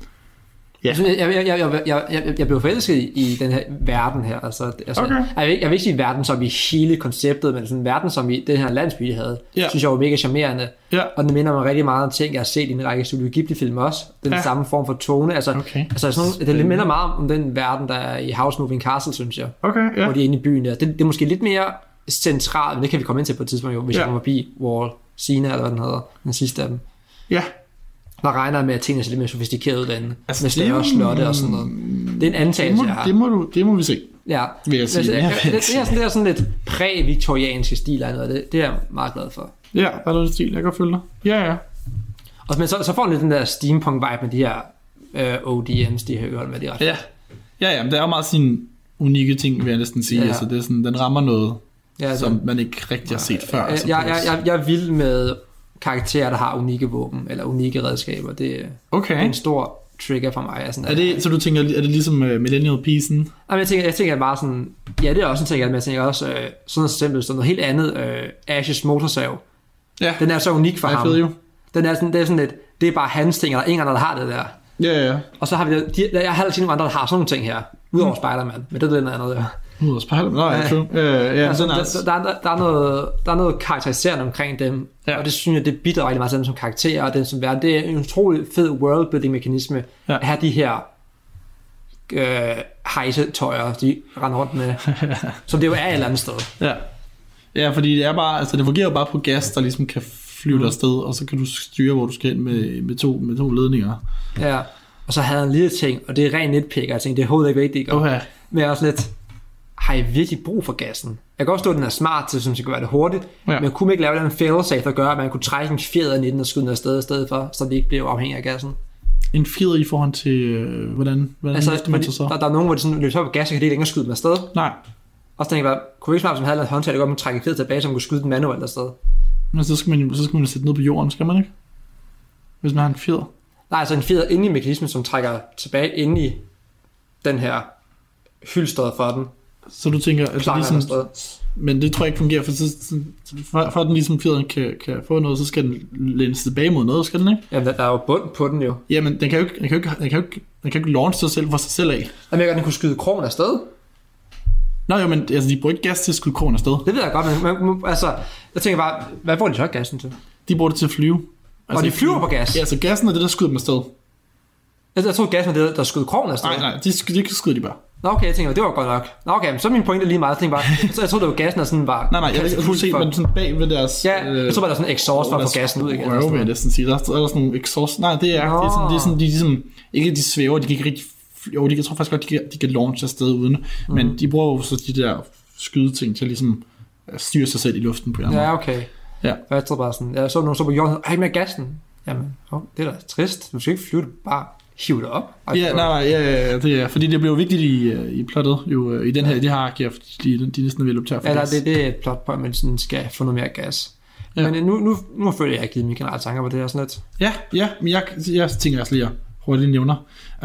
ja. Jeg, jeg, jeg, jeg, jeg, jeg, jeg blev forelsket i, i den her verden her. Altså, altså, okay. jeg, vil, jeg vil ikke sige verden som i hele konceptet, men sådan verden som i den her landsby, de havde, ja. synes jeg var mega charmerende. Ja. Og den minder mig rigtig meget om ting, jeg har set i en række Studio Ghibli-film også. Den ja. samme form for tone. Altså, okay. altså sådan, det minder meget om den verden, der er i House Moving Castle, synes jeg. Okay, ja. Hvor de er inde i byen der. Det, det er måske lidt mere centralt, men det kan vi komme ind til på et tidspunkt, jo, hvis ja. jeg kommer forbi Wall Sina, eller hvad den hedder, den sidste af dem. Ja. Der regner med, at tingene er lidt mere sofistikeret ud derinde. Altså, med større slotte og sådan noget. Det er en antagelse, jeg har. Det må, du, det må vi se. Ja. Vil jeg sige. Det, det, det, er sådan, det er sådan lidt præ-viktorianske stil af noget. Det, det er jeg meget glad for. Ja, der er noget stil, jeg kan følge dig. Ja, ja. Og, men så, så får den lidt den der steampunk-vibe med de her øh, O D M's, de har hørt med, de ret. Ja, ja, ja, men det er jo meget sådan unikke ting, vil jeg næsten sige. Ja. Altså, det er sådan, den rammer noget, ja, som det, man ikke rigtig har set før. Jeg, jeg, jeg, jeg, jeg er vild med karakterer, der har unikke våben, eller unikke redskaber. Det, okay. det er en stor trigger for mig. Altså, er det, så du tænker, er det ligesom uh, Millennial Piecen? Jeg tænker, jeg tænker bare sådan, ja, det er også en ting, men jeg tænker også, øh, sådan noget simpelt, sådan noget helt andet, øh, Ashes motorsav. Ja. Den er så unik for ham. Jo. Den er sådan, det er sådan lidt, det er bare hans ting, og der er ingen andre, der har det der. Ja, ja. Og så har vi, de, jeg har altid nogle andre, der har sådan nogle ting her, udover mm. Spider-Man, men det er det andet der. Udover Spider-Man? Nå, ja, true. Ja, ja, altså, der, der, der, der, er noget, der er noget karakteriserende omkring dem, ja. Og det synes jeg, det bidrager rigtig meget til dem som karakterer, og den som verden. Det er en utrolig fed worldbuilding-mekanisme, ja. At have de her øh, hejsetøjer, de render rundt med, som det jo er et eller andet sted. Ja. Ja, fordi det er bare, altså det fungerer jo bare på gas, der ligesom kan flyve mm. afsted, og så kan du styre, hvor du skal ind med, med, to, med to ledninger. Ja, og så havde han en lille ting, og det er rent nitpick, jeg tænkte, det er overhovedet ikke vigtigt. Okay. Men jeg er også lidt, har I virkelig brug for gassen? Jeg kan også stå, at den er smart til, som skal gøre det hurtigt, ja. Men kunne man ikke lave den fail-safe, der gør, at man kunne trække en fjeder ind i den og skyde den afsted i stedet for, så det ikke bliver afhængig af gassen? En fjeder i forhold til, øh, hvordan, hvordan altså, man så så? Der, der er nogen, hvor de sådan løber op på gas, så kan de ikke længere skyde dem afsted. Nej. Og så tænker jeg bare, kunne vi ikke smart, som havde et håndtag, der godt med at trække fjeder tilbage, så man kunne skyde den manuelt afsted? Men så skal man så skal man sætte ned på jorden, skal man ikke? Hvis man har en fjeder. Nej, altså en fjeder inde i mekanismen, som trækker tilbage inde i den her hyldstød for den. Så du tænker, at det ligesom, men det tror jeg ikke fungerer, for, så, for, for at den ligesom fjederen kan, kan få noget, så skal den lænes tilbage mod noget, skal den ikke? Jamen, der, der er jo bund på den jo. Jamen, den kan jo ikke, den kan jo ikke, den kan jo ikke, den kan jo ikke launch sig selv for sig selv af. Jamen, jeg kan den kunne skyde krogen afsted. Nå jo, men altså, de bruger ikke gas til at skyde krogen afsted. Det ved jeg godt, men man, altså, jeg tænker bare, hvad bruger de så gassen til? De bruger det til at flyve. Altså, og de flyver på gas? Ja, så gassen er det, der skyder dem afsted. Jeg, jeg tror, gassen er det, der skyder krogen afsted. Nej, nej, de, de skyder de bare. Nå, okay, jeg tænker, det var godt nok. Nå, okay, så er min pointe lige meget. Jeg tænker bare, så jeg tror, det var gassen, der sådan var... Nej, nej, jeg kunne se, men sådan bag ved deres... Ja, jeg tror bare, der er sådan en exhaust for at få gassen ud igen. Wow, vil jeg næsten sige. Der er, der er sådan nogle exhaust... Nej, det er, det er sådan, det er sådan, de ligesom... Ikke de svæver, de kan ikke rigtig... Jo, de, jeg tror faktisk godt, de kan, de kan launch afsted uden. Mm. Men de bruger jo så de der skydeting til ligesom at styre sig selv i luften på en ja, okay. Ja. Og jeg tror bare sådan... Jeg så nogen så på jorden, ej, med gassen. Jamen, oh, det er da trist. Du skal ikke flyve det, bare... hive det op. Ja, nej, nej, ja, ja, det er, fordi det bliver vigtigt i, i plottet, jo, i den her, de har ark, fordi de, de næsten vil optage for ja, gas. Ja, det, det er et plot point, men sådan skal få noget mere gas. Ja. Men nu, nu, nu føler jeg, at jeg har givet mine generelle tanker på det her sådan lidt. Ja, ja, men jeg, jeg tænker også lige at hurtigt nævner.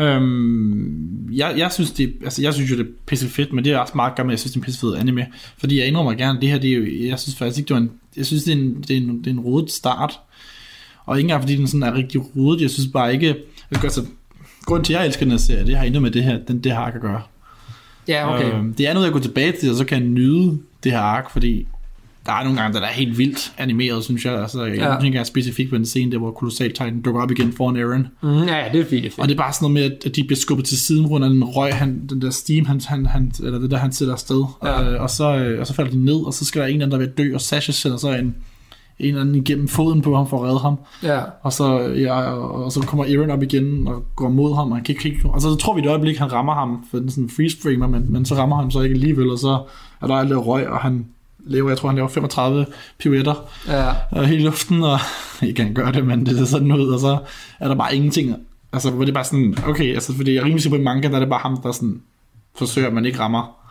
Øhm, jeg, jeg synes det, altså jeg synes jo det er pisse fedt, men det er også meget gammelt, jeg synes det er en pisse fed anime, fordi jeg indrømmer gerne, det her, det er jo, jeg synes faktisk ikke, det var en, jeg synes det er en, det er en, det er en rodet start, og ikke engang fordi den sådan er rigtig rodet, jeg synes bare ikke, jeg gør så grunden til, at jeg elsker den her serie, det har intet med det her, den, det her ark at gøre. Ja, okay. Øhm, det er noget, jeg går tilbage til, og så kan jeg nyde det her ark, fordi der er nogle gange, der er helt vildt animeret, synes jeg. Altså, jeg ja. tænker jeg specifikt på den scene, der hvor Colossal Titan dukker op igen foran Eren. Mm, ja, ja, det er fint. Og det er bare sådan noget med, at de bliver skubbet til siden rundt af den røg, han, den der steam, han, han, han, eller det der, han sætter afsted. Ja. Øh, og, så, øh, og så falder de ned, og så skal der en eller anden, der vil dø, og Sasha sender så en en eller anden igennem foden på ham for at redde ham. Ja. Og så, ja, og så kommer Eren op igen og går mod ham, og han kan ikke, og så tror vi et øjeblik, han rammer ham, for den sådan freeze framer, men, men så rammer han så ikke alligevel, og så er der lidt røg, og han laver, jeg tror han laver femogtredive pirouetter ja. hele luften, og ikke han gør det, men det er sådan ud, og så er der bare ingenting, altså hvor det er bare sådan, okay, altså fordi jeg er rimelig sikker på i manga, der er det bare ham, der sådan forsøger, at man ikke rammer.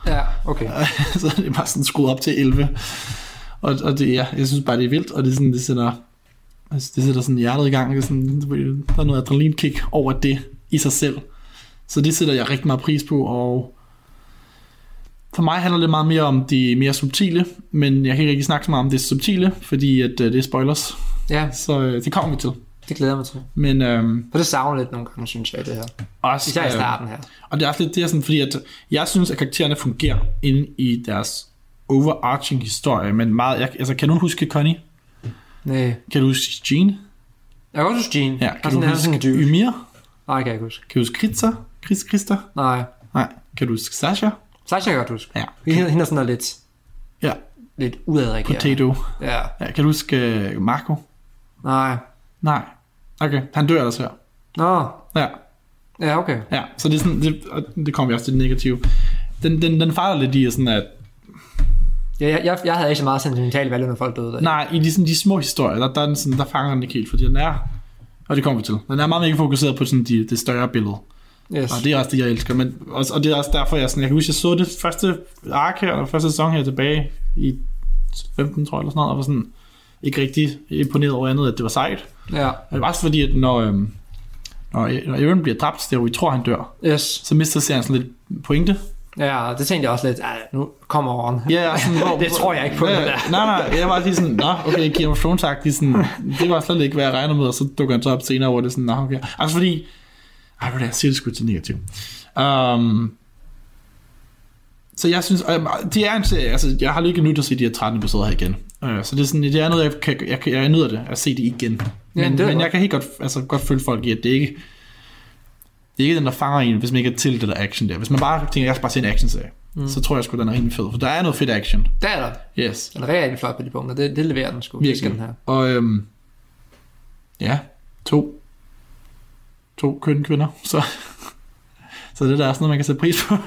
Ja, okay. Så det er bare sådan skruet op til elleve. Og, og det, ja, jeg synes bare, det er vildt, og det, er sådan, det sætter... Altså, det sætter sådan hjertet i gang. Det er sådan, der er noget adrenalinkick over det i sig selv. Så det sætter jeg rigtig meget pris på, og for mig handler det meget mere om det mere subtile, men jeg kan ikke rigtig snakke så meget om det subtile, fordi at, uh, det er spoilers. Ja. Så uh, det kommer vi til. Det glæder mig til. Men, um, for det savner lidt nogle gange, synes jeg, det her. Også, især i starten her. Og det er også lidt det er sådan, fordi at jeg synes, at karaktererne fungerer inde i deres overarching historie, men meget, jeg, altså kan du huske Connie? Nej. Kan du huske Jean? Jeg kan også huske Jean. Ja, kan du huske Ymir? Nej, kan jeg ikke huske. Kan du huske Kritza? Chris Christa? Nej. Nej. Kan du huske Sasha? Sasha kan jeg godt huske. Ja. Hende, hende er sådan der lidt, ja. lidt udadreagerende. Potato. Ja. Ja. Kan du huske uh, Marco? Nej. Nej. Okay, han dør ellers her. Nå. Ja. Ja, okay. Ja, så det er sådan, det, det kommer vi også til det negative. Den, den, den fejler lidt i sådan, at ja, jeg, jeg, jeg havde ikke så meget sentimentalt valg, når folk døde der. Nej, i de, sådan, de små historier, der, der, er den sådan, der fanger den ikke helt, fordi den er, og det kommer vi til, den er meget mere fokuseret på sådan de, det større billede. Yes. Og det er også det, jeg elsker. Men, og, og det er også derfor, jeg, sådan, jeg kan huske, jeg så det første ark her, eller første sæson her tilbage i femten, tror jeg, eller sådan noget, og var sådan ikke rigtig imponeret over andet, at det var sejt. Ja. Og det var også fordi, at når, øhm, når, når Eren bliver dræbt, der hvor vi tror, han dør, yes. så mister serien sådan lidt pointe. Ja, det tænkte jeg også lidt, nu kommer on. Ja, sådan, hvor, det tror jeg ikke på. Ja, det der. Nej, nej, jeg var lige sådan, nå, okay, Game of Thrones-agtig, sådan, det var slet ikke, hvad jeg regner med, og så dukker han så op senere, hvor det er sådan, nå, okay. Altså fordi, ej, hvad er det, jeg siger det sgu til negativt. Um, så jeg synes, det er en serie, altså, jeg har lige ikke nyt at se de her tretten episoder her igen. Uh, så det er sådan, det er noget, jeg, kan, jeg, jeg nyder det, at se det igen. Men, ja, det men jeg kan helt godt, altså, godt følge folk i, at det ikke, det er ikke den, der fanger en, hvis man ikke er til det der action der. Hvis man bare tænker, jeg skal bare se en action-serie, mm. så tror jeg sgu, den er rimelig fed. For der er noget fedt action. Der er der. Yes. Den er rigtig flot på de punkter. Det, det leverer den sgu. Virkelig. Den her. Og øhm, ja, to. To køn kvinder. Så, så det der er sådan noget, man kan sætte pris på.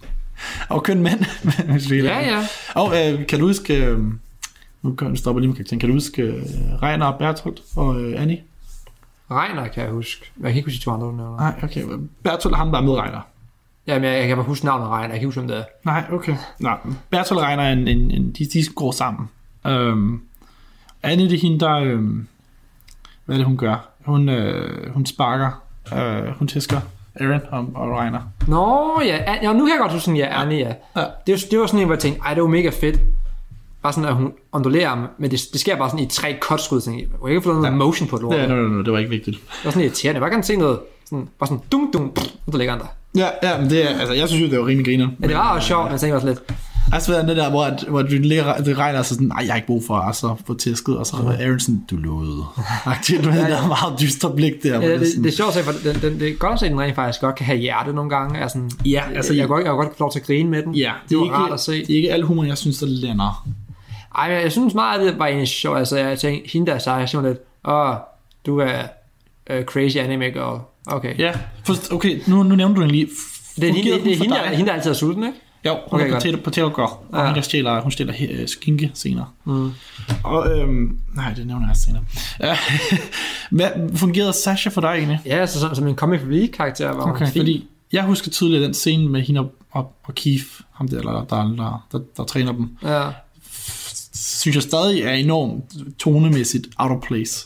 Og køn mænd. Ja, ja. Og øh, kan du huske, øh, nu kan jeg stoppe lige med karakteren, kan du huske øh, Reiner og Bertolt og øh, Annie? Reiner kan jeg huske. Jeg kan ikke huske de to andre. Eller? Nej, okay. Bertolt er ham, der er med Reiner. Jamen, jeg, jeg kan bare huske navnet Reiner. Jeg kan ikke huske, om det er. Nej, okay. Nej, Bertolt og Reiner er en, en, en de, de går sammen. Øhm, Annie, det er hende, der... Øhm, hvad er det, hun gør? Hun, øh, hun sparker. Øh, hun tæsker Eren og, og Reiner. Nå, ja. ja. Nu kan jeg godt huske sådan, ja, Annie, ja. ja. Det, var, det var sådan en, hvor jeg tænkte, ej, det var mega fedt. Bare sådan, at hun ondulerer, men det, det sker bare sådan i tre cutskud. Jeg kan ikke få noget ja. motion på det. Ja, no, no, no, det var ikke vigtigt. Det var sådan irriterende. Jeg bare gerne se noget, sådan, bare sådan, dung, dung, pff, og der ligger han der. Ja, ja, men det er, altså, jeg synes jo, det var rimelig griner. Ja, det var også sjovt, men jeg tænkte også lidt. Altså, det der, hvor, hvor det, ligger, det regner så sådan, nej, jeg har ikke brug for at så få tæsket, og så er Eren sådan, du lovede. Aktivt med ja, ja. Det der meget dystre blik der. Ja, det, det, sådan... det er sjovt, for den, den, det er godt at se, at den rent faktisk godt kan have hjerte nogle gange. Altså, ja, altså, jeg, jeg, jeg, jeg, jeg kan godt få lov til at grine med den. Ja, det, det var ikke, rart at se. Det er ikke al humor, jeg synes, der lander. Ej, men jeg synes meget, at det var egentlig sjovt. Altså, jeg tænkte, hende der sagde, jeg lidt, åh, du er uh, crazy anime girl. Okay. Ja, for, okay, nu, nu nævnte du den lige. Det er, hende, det er hende, der, hende, der altid er sulten, ikke? Jo, hun okay, er potato, potato girl, og ja. hun, der stjæler, hun stjæler uh, skinke senere. Mm. Og, øhm, nej, det nævner jeg senere. Hvad fungerede Sasha for dig egentlig? Ja, altså som, som en comic relief karakter var okay, hun fin. Fordi jeg husker tydeligt den scene med hende og, og Keith, ham der, der, der, der, der, der træner dem. Ja. Synes jeg stadig er enormt tonemæssigt out of place.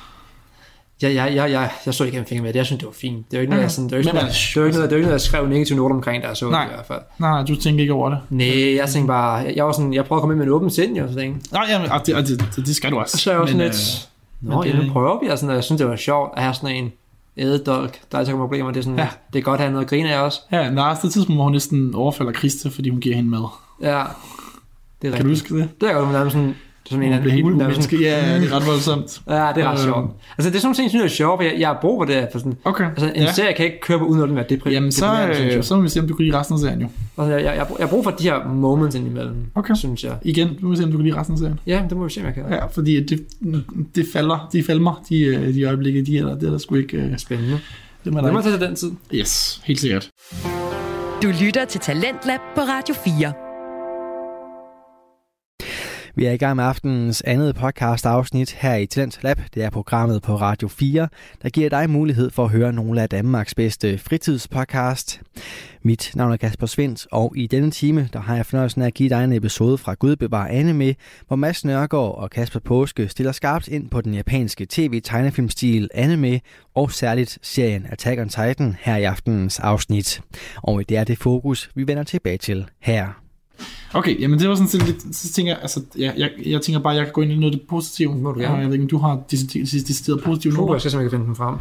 Ja, ja, ja, ja, jeg så ikke en finger med det. Jeg synes, det var fint. Det var ikke noget, jeg, sådan, det var ikke noget, det var ikke noget, det var ikke noget, jeg skrev negativt noter omkring, der jeg så nej, det i hvert fald. Nej, nej, du tænker ikke over det. Nej, jeg tænkte bare, jeg var sådan, jeg prøvede at komme ind med en åben sind, jo, så tænkte. Nej, jamen, det, det, det, det skal du også. Så jeg var sådan lidt, øh, nå, ja, nu prøver vi, og sådan, jeg synes, det var sjovt at have sådan en ædedolk, der er altid kommer problemer, det er sådan, ja. Det er godt at have noget at grine af også. Ja, der er et tidspunkt, hvor hun næsten overfalder Krista, fordi hun giver hende mad. Ja, det er rigtigt. Kan du huske det? Det er godt, men sådan, sådan en anden ul, der sådan, ja, det er ret voldsomt. Ja, det er ret sjovt. Altså det er sådan en ting, jeg synes er sjovt, for jeg, jeg har brug for det. For sådan, okay. Altså en ja. serie kan ikke køre på uden at den være deprimeret. Jamen så, øh, så må vi se, om du kan lide resten af serien jo. Altså, jeg, jeg, jeg, jeg har brug for de her moments indimellem, okay. synes jeg. Igen, nu må vi se, om du kan lide resten af serien. Ja, det må vi se, om jeg kan. Ja, fordi det, det falder, de falmer, de, de øjeblikke, de er der, det er der sgu ikke... Uh, spændende. Det må der tage den tid. Yes, helt sikkert. Du lytter til Talentlab på Radio fire. Vi er i gang med aftenens andet podcast afsnit her i Talent Lab. Det er programmet på Radio fire, der giver dig mulighed for at høre nogle af Danmarks bedste fritidspodcast. Mit navn er Kasper Svendt, og i denne time der har jeg fornøjelsen af at give dig en episode fra Gud bevar anime, hvor Mads Nørgaard og Kasper Påske stiller skarpt ind på den japanske tv-tegnefilmstil anime, og særligt serien Attack on Titan her i aftenens afsnit. Og det er det fokus, vi vender tilbage til her. Okay, jamen det var sådan set lidt, så tænker jeg, altså, jeg, jeg, jeg tænker bare, at jeg kan gå ind i noget af det positive. Må du gerne. Jeg ved ikke, om du har decideret positive noter. Jeg skal simpelthen finde dem frem.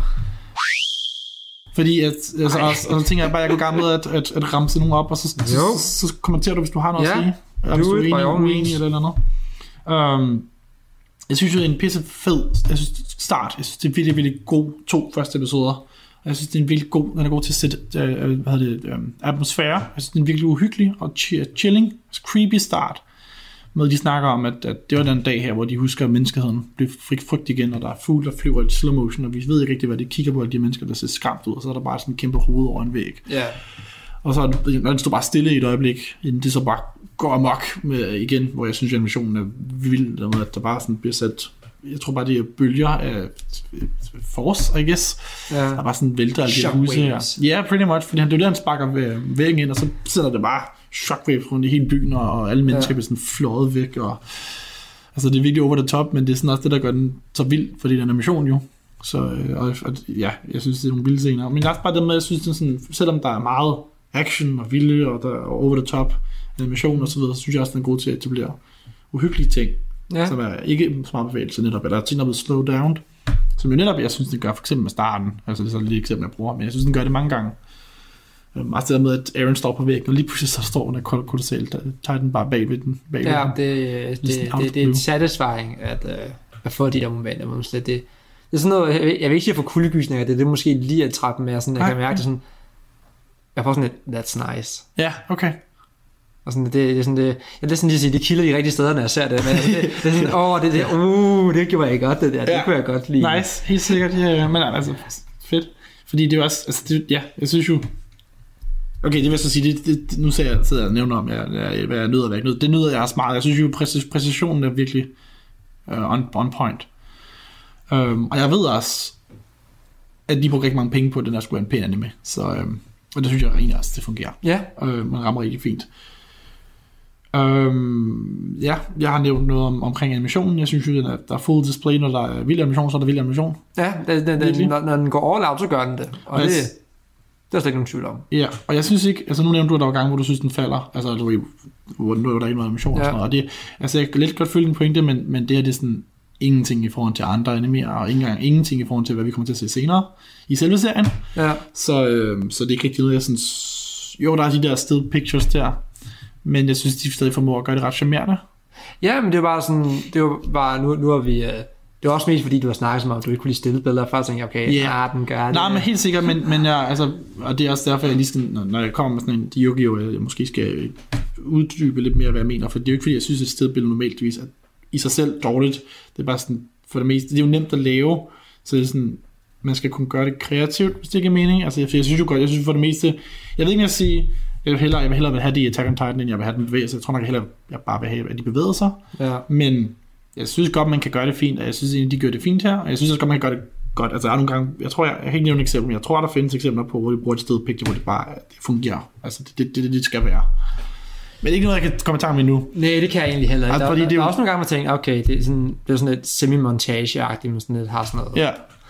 Fordi, at, altså, og, og så tænker jeg bare, at jeg går gang med at, at, at ramse nogen op, og så, så, så, så kommenterer du, hvis du har noget ja. at sige. Eller hvis du er enig, uenig eller noget. Um, jeg synes jo, det er en pisse fed jeg synes, start. Jeg synes, det er virkelig, virkelig god to første episoder. Jeg synes, det er en virkelig god, den er god til at sætte uh, hvad hedder det, um, atmosfære. Jeg synes, det er en virkelig uhyggelig og chilling, creepy start. Med de snakker om, at, at det var den dag her, hvor de husker, at menneskeheden blev frygt igen, og der er fugle, der flyver i slow motion, og vi ved ikke rigtig, hvad de kigger på, alle de mennesker, der ser skræmt ud, og så er der bare sådan en kæmpe hoved over en væg. Ja. Yeah. Og så er den, den står bare stille i et øjeblik, inden det så bare går amok med igen, hvor jeg synes, at animationen er vild, at der bare sådan bliver sat, jeg tror bare, det er bølger af force, I guess. Ja. Der bare sådan vælter alle de her huse her. Ja, yeah, pretty much, fordi han, det er jo der, han sparker væggen ind, og så sætter det bare shockwaves rundt i hele byen, og alle mennesker ja. bliver sådan fløjet væk, og altså det er virkelig over the top, men det er sådan også det, der gør den så vild, fordi det er en animation jo. Så og, og, ja, jeg synes, det er nogle vilde scener. Men det er også bare det med, jeg synes, det er sådan, selvom der er meget action og vilde, og der er over the top animation og så videre, så synes jeg også, den er god til at etablere uhyggelige ting, ja. som er ikke så meget bevægelse netop, eller ting, der er blevet slow down, som jo netop, jeg synes, det gør for eksempel med starten, altså det er så lige et eksempel, jeg bruger, men jeg synes, den gør det mange gange. Meget det der med, at Aaron står på væggen, og lige pludselig så står den der kolossalt, tager den bare bag ved den. Bag ja, den. det, det, det, det, det er en satisfying at, uh, at få de der momenter, hvor man slet det. Det er sådan noget, jeg vil, jeg vil ikke sige at få kuldegysninger, det er det måske lige at trappe med, sådan, jeg kan mærke det sådan, jeg får sådan et, that's nice. Ja, okay. Og sådan, det, det er sådan, det, jeg vil sådan lige sige, det kilder de rigtige steder, når jeg ser det, men det, det er sådan, åh, det der, uh, det gjorde jeg godt, det der, det ja. kunne jeg godt lide. Nice, helt sikkert, ja, men altså, fedt. Fordi det er også, altså, det, ja, jeg synes jo, okay, det vil jeg så sige, det, det, nu sidder jeg, sidder jeg og nævner om, jeg, jeg, hvad jeg nyder og hvad det nyder jeg også meget. Jeg synes jo, præcis, præcisionen er virkelig uh, on, on point. Um, og jeg ved også, at de bruger rigtig mange penge på, at den der skulle være en pæn anime. Så, um, og det synes jeg egentlig også, det fungerer. Ja. Yeah. Uh, man rammer rigtig fint. Um, ja, jeg har nævnt noget om, omkring animationen. Jeg synes jo, at der er full display, når der er vild animation, så er der vild animation. Ja, den, den, den, når, når den går all out, så gør den det. Og yes. det det er slet ikke nogen tvivl om. Ja, og jeg synes ikke, altså nu nævnte du, at der var gange, hvor du synes, den falder. Altså, du hvor nu er der ikke noget animation og sådan noget. Og det, altså, jeg kan lidt godt følge den pointe, men, men det her, det er sådan ingenting i forhold til andre animer, og ikke engang ingenting i forhold til, hvad vi kommer til at se senere i selve serien. Ja. Så, øh, så det er ikke rigtig noget, jeg sådan, jo, der er de der still pictures der, men jeg synes, de stadig formår at gøre det ret charmerende. Ja, men det er bare sådan, det var bare, nu, nu er vi... Uh... Det var også mest fordi, du har snakket om, at du ikke kunne lide stillbilleder, og først tænkte jeg, okay, yeah. ah, den gør det. Nej, men helt sikkert, men, men jeg, altså, og det er også derfor, jeg lige skal, når jeg kommer med sådan en Yu-Gi-Oh, jeg måske skal uddybe lidt mere, hvad jeg mener, for det er jo ikke fordi, jeg synes, at stillbilleder normaltvis er i sig selv dårligt. Det er bare sådan, for det meste, det er jo nemt at lave, så det er sådan, man skal kunne gøre det kreativt, hvis det ikke er mening. Altså, jeg, jeg synes jo godt, jeg synes for det meste, jeg ved ikke, jeg sige, jeg vil hellere, jeg vil hellere have det i Attack on Titan, end jeg vil have den bevægelse. Jeg tror nok, jeg hellere, jeg bare vil have, at de bevæger sig. Ja. Men jeg synes godt, man kan gøre det fint, og jeg synes egentlig, de gør det fint her, og jeg synes også godt, man kan gøre det godt. Altså, der er nogle gange, jeg tror, jeg, jeg kan ikke nævne et eksempel, men jeg tror, der findes eksempler på, hvor de bruger et sted picture, hvor det bare det fungerer. Altså, det er det, det, det skal være. Men ikke noget, jeg kan kommentere med nu. Nej, det kan jeg egentlig heller ikke. Altså, der, der, det der er også nogle gange, man tænker, okay, det er sådan, det er sådan et semi-montage-agtigt, men sådan et har sådan noget. Ja.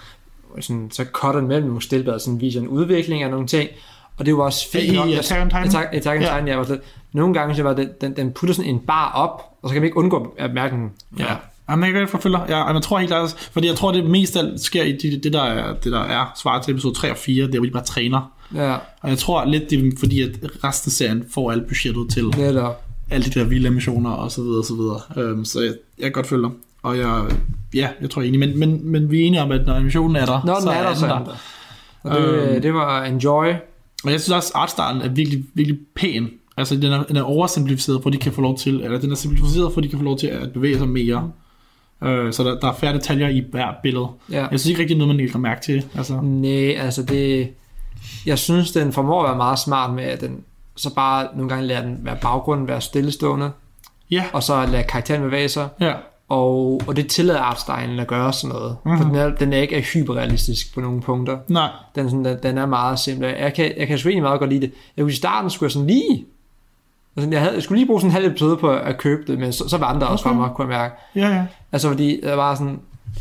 Sådan, så cutter den mellem nogle stillbilleder, sådan viser en udvikling af nogle ting, og det var også fint nok. I Attack on Titan? Attack, Attack on Titan, ja. Var det, nogle gange, så var det, den, den putter sådan en bar op, og så kan man ikke undgå at mærke den. Ja. Ja. Ja, man kan godt forfølge. Ja, jeg tror helt klart, fordi jeg tror, det mest af sker i det, det, der er, det, der er svaret til episode tre og fire, det er, hvor de bare træner. Ja. Og jeg tror lidt, det er fordi, at resten af serien får alt budgettet til det der. Alle de der vilde animationer og så videre og så videre. Um, så jeg, jeg kan godt følge dig. Og jeg, ja, jeg tror egentlig, men, men, men vi er enige om, at når animationen er der, når den så er der, så er den der. Og det, um, det var enjoy. Og jeg synes også, at artstylen er virkelig, virkelig pæn. Altså, den er, den er oversimplificeret, for de kan få lov til, eller den er simplificeret, for de kan få lov til at bevæge sig mere. Uh, så der, der er færre detaljer i hver billede. Ja. Jeg synes ikke rigtig noget, man ikke kan mærke til. Altså. Nej, altså det... Jeg synes, den formår at være meget smart med, at den så bare nogle gange lader den være baggrunden, være stillestående. Ja. og så lade karakteren bevæge sig. Ja. Og, og det tillader artstylen at gøre sådan noget. Mm-hmm. For den er, den er ikke hyperrealistisk på nogle punkter. Nej. Den, sådan, den, den er meget simpel. Jeg kan, jeg kan sgu egentlig meget godt lide det. Jeg kunne i starten skulle jeg sådan lige... Altså, jeg, havde, jeg skulle lige bruge sådan en halv episode på at købe det, men så, så vandrede okay. også fra mig, kunne jeg mærke. Ja, ja. Altså, fordi jeg var sådan...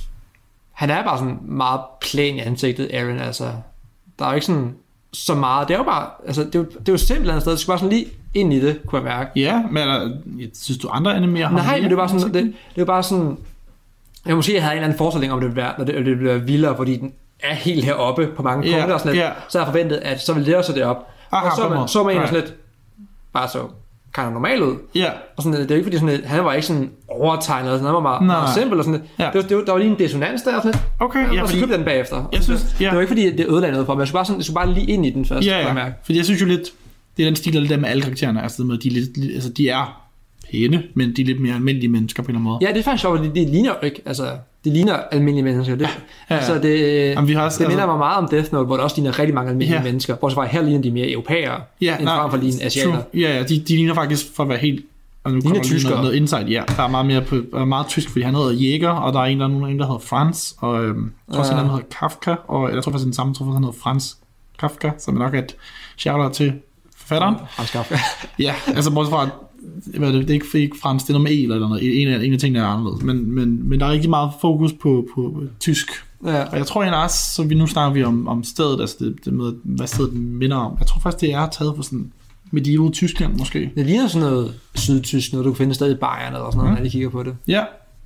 Han er bare sådan meget plæn i ansigtet, Aaron, altså. Der er jo ikke sådan så meget. Det er jo bare... Altså, det er jo, det er jo simpelthen et sted. Det skal bare sådan lige ind i det, kunne jeg mærke. Ja, men er, synes du andre animerer ham? Nej, men det var sådan... Det, det var bare sådan... Jeg måske jeg havde en eller anden forestilling om, det ville være, når det, det ville være vildere, fordi den er helt heroppe på mange punkter yeah, og sådan lidt. Yeah. Så jeg forventet, at så ville det også det op. Aha, og så man, så man egentlig sådan lidt... Bare så... kan han normalt ud. Ja. Yeah. Og sådan, det er ikke fordi sådan, han var ikke sådan overtegnet, sådan, han var meget, meget simpel og sådan lidt. Yeah. Det var, det var, der var lige en dissonans der og sådan lidt. Okay, ja, og så købte den bagefter. Jeg synes, ja. Det var ikke fordi det ødelagde noget for mig. Jeg skulle bare sådan, jeg skulle bare lige ind i den først. Ja, ja. Mærke. Fordi jeg synes jo lidt, det er den stil, der lidt med alle karaktererne, altså med de er lidt, altså de er pæne, men de er lidt mere almindelige mennesker på en eller anden måde. Ja, det er faktisk sjovt, det, det ligner ikke, altså det ligner almindelige mennesker. Det, ja, ja. Altså det, Jamen, vi har også, det minder altså, mig meget om Death Note, hvor der også ligner rigtig mange almindelige ja. mennesker. Bortset fra her ligner de mere europæere, ja, end frem for lige en asiater. Ja, ja, de, de ligner faktisk for at være helt. Og nu ligner tysker. Noget, noget insight, ja. Der er meget mere på, er meget tysk, fordi han hedder Jæger, og der er en der, nogen, der hedder Franz, og øhm, jeg tror også, ja. en der hedder Kafka, og jeg tror faktisk, den samme, tror han hedder Franz Kafka, som er nok et shout-out til forfatteren. Franz Kafka. Ja, altså bortset fra, det, det er ikke, ikke Franz, det er noget med E eller noget, en af, en af tingene er anderledes, men, men, men der er rigtig meget fokus på, på tysk. Ja. Og jeg tror egentlig også, så vi nu snakker vi om, om stedet, altså det, det med, hvad stedet minder om. Jeg tror faktisk, det er taget på sådan medieval Tyskland måske. Det ligner sådan noget sydtysk, noget du kan finde stadig i Bayern eller sådan noget, mm. når de kigger på det. Ja,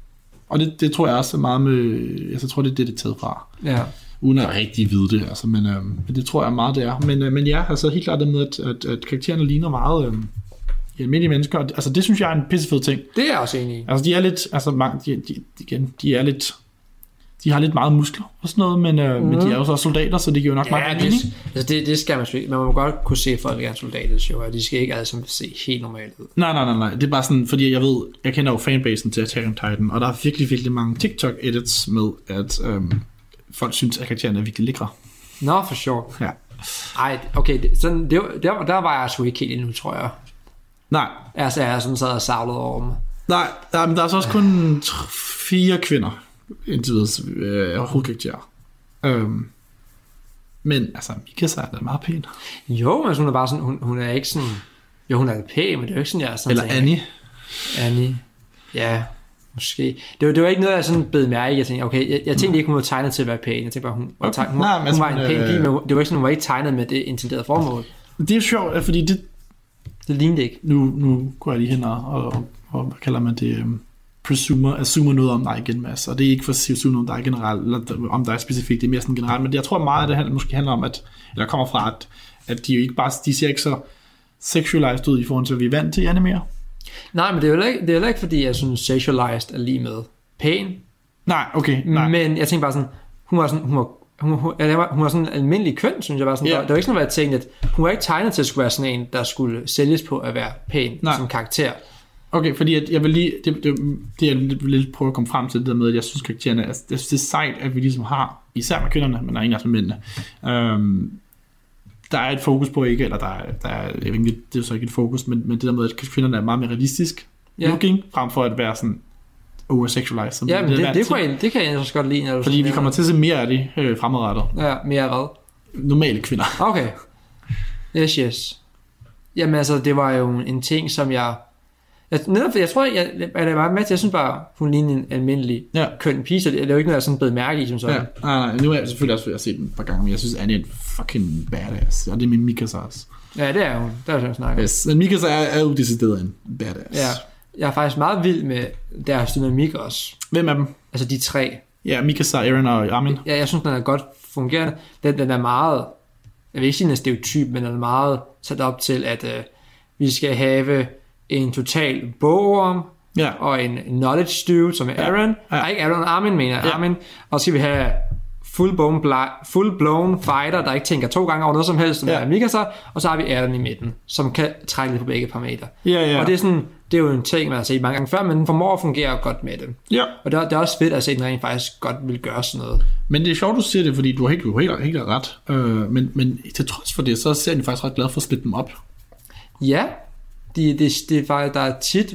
og det, det tror jeg også er meget med, altså, jeg tror det er det, det er taget fra. Ja. Uden at rigtig vide det, altså, men, øhm, men det tror jeg meget det er. Men, øh, men ja, altså helt klart det med, at, at, at karaktererne ligner meget øhm, almindelige mennesker, altså det synes jeg er en pissefed ting. Det er jeg også enig i. Altså de er lidt, altså mange, de, de, igen, de er lidt, de har lidt meget muskler og sådan noget, men, øh, mm. men de er jo så soldater, så det giver jo nok ja, meget mening. Altså det, det skal man jo ikke. Man må godt kunne se, at folk er soldater, jo, og de skal ikke alle sammen se helt normalt ud. Nej, nej, nej, nej. Det er bare sådan, fordi jeg ved, jeg kender jo fanbasen til Attack on Titan, og der er virkelig, virkelig mange TikTok-edits med, at øhm, folk synes, at karaktererne er virkelig lækre. Nå, for sure. Ja. Ej, okay, det, sådan, det, der, der var jeg sgu ikke helt endnu, tror jeg. Nej. Altså, jeg er sådan sad og savlet over dem. Nej, der, men der er så også kun fire kvinder, indtil videre, øh, hovedkarakterer. Øhm, men altså, Mikasa er da meget pæn. Jo, men hun er bare sådan, hun, hun er ikke sådan, jo, hun er pæn, men det er jo ikke sådan, jeg er sådan. Eller tænker, Annie. Annie, ja, måske. Det var, det var ikke noget, jeg sådan bed mærke i. Jeg tænkte, okay, jeg, jeg tænkte ikke, hun var tegnet til at være pæn. Jeg tænkte bare, hun, okay. tegnet, hun, Nej, hun altså, var en pæn pige, øh... men det var ikke sådan, hun var ikke tegnet med det intenderede formål. Det er sjovt, fordi det... Det lignede ikke. Nu, nu går jeg lige hen og, og, og hvad kalder man det... Um... presumer, assumer noget om dig igen, Mads. Og det er ikke for at assume noget om dig generelt, eller om dig specifikt, det er mere sådan generelt, men jeg tror meget, at det måske handler om, at, eller kommer fra, at, at de jo ikke bare, de ser ikke så sexualized ud i forhold til, at vi er vant til animere. Nej, men det er jo ikke, det er heller ikke, fordi jeg synes, sexualized er lige med pæn. Nej, okay. Nej. Men jeg tænker bare sådan, hun var sådan, hun var, hun, hun, var, hun var sådan en almindelig køn, synes jeg bare sådan. Yeah. Der, der var ikke sådan, at jeg tænkte, at hun var ikke tegnet til at skulle være sådan en, der skulle sælges på at være pæn Nej. Som karakter. Okay, fordi at jeg vil lige, det, det, det jeg vil lidt prøve at komme frem til det der med, at jeg synes karaktererne, er, det, det er sejt, at vi ligesom har, især med kvinderne, men der er ingen af mændene, øhm, der er et fokus på ikke, eller der er, der er jeg ved ikke, det er så ikke et fokus, men, men det der med, at kvinderne er meget mere realistisk yeah. looking, frem for at være sådan oversexualized. Ja, men det, det, det, kan jeg, det kan jeg også godt lide. Fordi vi kommer til at se mere af det øh, fremadrettet. Ja, mere af hvad? Normale kvinder. Okay. Yes, yes. Jamen altså, det var jo en ting, som jeg Jeg, netop, jeg tror, jeg, jeg er meget med til, jeg synes bare, hun ligner en almindelig ja. køn pige, så det, det er jo ikke noget, jeg sådan blevet mærke i, som sådan. Ja, nej, nej, nu er jeg selvfølgelig også ved at se den et par gange, men jeg synes, Annie er en fucking badass, og det er min Mikasa også. Ja, det er hun, der er jeg snakker. Yes, men Mikasa er, er jo decideret en badass. Ja, jeg er faktisk meget vild med deres dynamik også. Hvem af dem? Altså de tre. Ja, Mikasa, Eren og Armin. Ja, jeg synes, den er godt fungerende. Den, den er meget, jeg vil ikke sige, den er stereotyp, men den er meget sat op til, at øh, vi skal have en total bogorm ja. og en knowledge stew, som er Eren. Ja. Ja. Nej, ikke Eren, Armin mener ja. Armin. Og så skal vi have full-blown, full-blown fighter, der ikke tænker to gange over noget som helst, som ja. er Mikasa, og så har vi Eren i midten, som kan trække lidt på begge parametre. Ja, ja. Og det er sådan, det er jo en ting, man har set mange gange før, men den formår at fungere godt med det. Ja. Og det er, det er også fedt at se, at den rent faktisk godt vil gøre sådan noget. Men det er sjovt, du siger det, fordi du har helt, du har helt, helt ret. Øh, men, men til trods for det, så ser jeg faktisk ret glad for at splitte dem op. Ja, det, det, det er faktisk, der er tit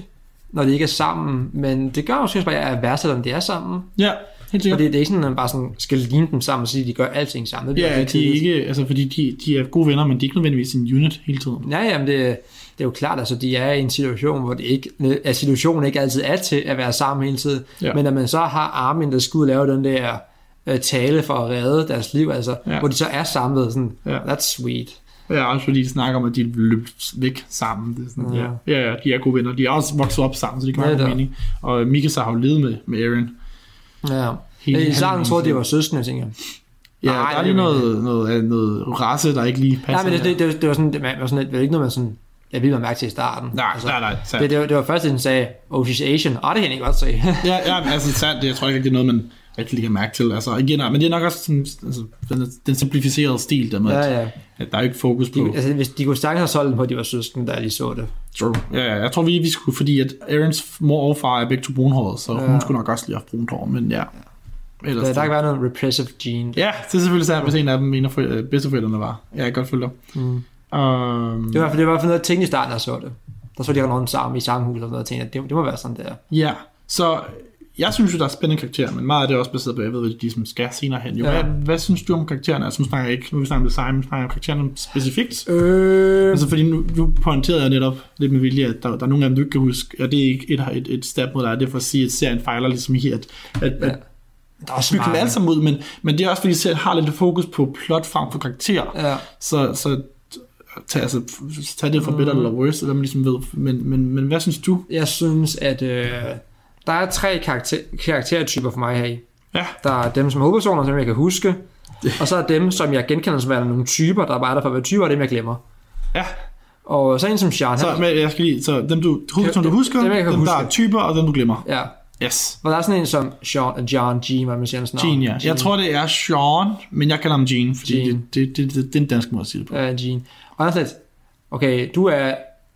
når de ikke er sammen, men det gør også bare, at jeg er værdsat, om de er sammen. Ja, helt sikkert. Fordi det er ikke sådan, at man bare sådan skal ligne dem sammen og sige, at de gør alting sammen. Det ja, de er ikke, altså fordi de, de er gode venner, men de er ikke nødvendigvis en unit hele tiden. Ja, jamen det, det er jo klart, altså de er i en situation, hvor det ikke, at situationen ikke altid er til at være sammen hele tiden, ja. Men at man så har Armin, der skulle lave den der uh, tale for at redde deres liv, altså, ja. Hvor de så er samlet, sådan, ja. That's sweet. Ja, også fordi de snakker om, at de løb væk sammen. Det er sådan, ja. Ja, ja, de er gode venner. De er også vokset op sammen, så det kan være ja, mening. Og Mikasa har jo levet med, med Eren. Ja. Hele, I starten troede, de var søskende, tænker jeg. Ja, nej, der er lige noget, noget, noget race, der ikke lige passer. Nej, men det, det, det, det var sådan, det var sådan, det var ikke noget, man sådan, jeg ville mærke til i starten. Nej, altså, nej, nej. Det, det, var, det var først, at den sagde, oh, she's Asian. Åh, oh, det kan jeg ikke godt se. ja, ja, altså sandt, jeg tror ikke, det er noget, man rigtig lige kan mærke til. Altså, igen, men det er nok også sådan, altså, den, den simplificerede stil, der med, ja, ja. At der er ikke fokus på. De, altså, hvis de kunne sagtens have solgt den på, at de var søskende, da jeg lige så det. True. Ja, ja, jeg tror, vi, vi skulle, fordi at Erens mor og far er begge to brunhåret, så ja. Hun skulle nok også lige have brunt hår, men ja. Ellers der, der kan være noget repressive gene. Ja, det er selvfølgelig sandt, hvis en af dem, en af forældre, bedsteforældrene var. Jeg kan godt følge dig. Mm. Um, det var i hvert fald noget, jeg tænkte i starten, jeg så det. Der så de nogen sammen i samme hus, og noget, og tænkte, at det, det må være sådan der. Ja, så jeg synes jo, der er spændende karakterer, men meget af det er også baseret på, jeg ved, hvad de som skal senere hen. Jo, ja. hvad, hvad synes du om karaktererne? Altså, nu snakker jeg ikke, nu vi snakker om design, men snakker om karaktererne specifikt. Øh... Altså, fordi nu, nu pointerede jeg netop lidt med vilje, at der, der er nogle af dem, du ikke kan huske, og det er ikke et, et, et step mod dig, det er for at sige, at serien fejler ligesom her, at, at, ja. at der er også bygge dem alle sammen ud, men, men det er også fordi, serien har lidt fokus på plot frem for karakterer. Ja. Så, så tag, altså, tag det for better mm. eller worse, eller man ligesom ved. Men, men, men hvad synes du? Jeg synes, at øh, der er tre karakter, karaktertyper for mig her i. Ja. Der er dem som hovedpersoner, som jeg kan huske, og så er dem, som jeg genkender som er nogle typer, der er bare der for at være typer, og dem jeg glemmer. Ja. Og så en som Sean. Så, men jeg skal lige, så dem du, som du husker, dem, dem der er typer, og dem du glemmer. Ja. Yes. Hvor der er sådan en som Sean, John, Jean, hvad man siger sådan Jean, ja. Jean. Jeg tror, det er Sean, men jeg kalder ham Jean, fordi Jean. Det, det, det, det, det er en dansk måde at sige det på. Ja, uh, Jean. Og han sagde, okay, du er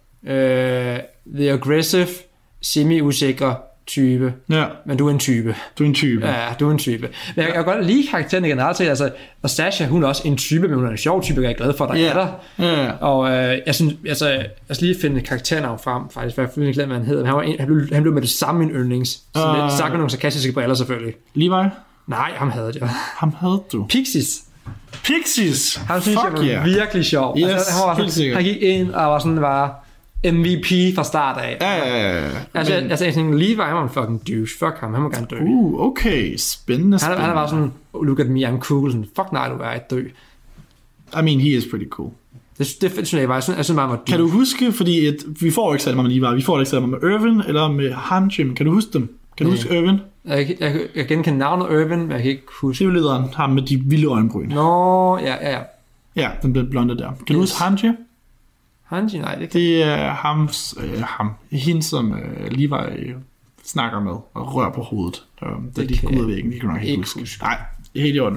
uh, the aggressive, semi-usikre type, ja. Men du er en type. Du er en type. Ja, du er en type. Men jeg, jeg kan godt lide karakteren generelt set, altså, og Sasha, hun er også en type, men hun er en sjov type, jeg er glad for, der yeah. er der. Yeah. Og øh, jeg synes, altså, jeg skal lige finde karakternavn frem, faktisk, for jeg føler ikke glad, hvad han hedder, men han, var en, han, blev, han blev med det samme min yndlings. Så uh, lidt sagt med nogle sarkastiske briller, selvfølgelig. Levi? Nej, ham havde jeg. Ham havde du? Pixies. Pixies? Han synes, jeg var yeah. virkelig sjov. Yes, altså, han, var sådan, han gik ind og var sådan, var M V P fra start af. Ja, ja, ja. Altså, men... altså jeg tænkte, Levi var en fucking douche. Fuck ham, han må gerne dø. Uh, okay. Spændende, spændende. Han, han var sådan, look at me, I'm cool. Sådan, fuck nej, du er et dø. I mean, he is pretty cool. Det, det, det synes jeg var. Jeg synes, jeg synes, han var douche. Kan du huske, fordi et, vi får ikke sat med Levi, vi får ikke sat med Irvin eller med Hanjim. Kan du huske dem? Kan du Nej. huske Irvin? Jeg, jeg, jeg genkender navnet Irvin, men jeg kan ikke huske. Det er jo lederen, ham med de vilde øjenbryn. Nå, ja, ja, ja. Ja, den blev blonde der. Kan yes. du huske Hanji? Hanji, nej, det kan det er ham, øh, ham, hende, som øh, Levi snakker med og rører på hovedet. Øh, det de går ud af væggen, det kan du nok ikke huske. huske. Nej, det er helt i orden.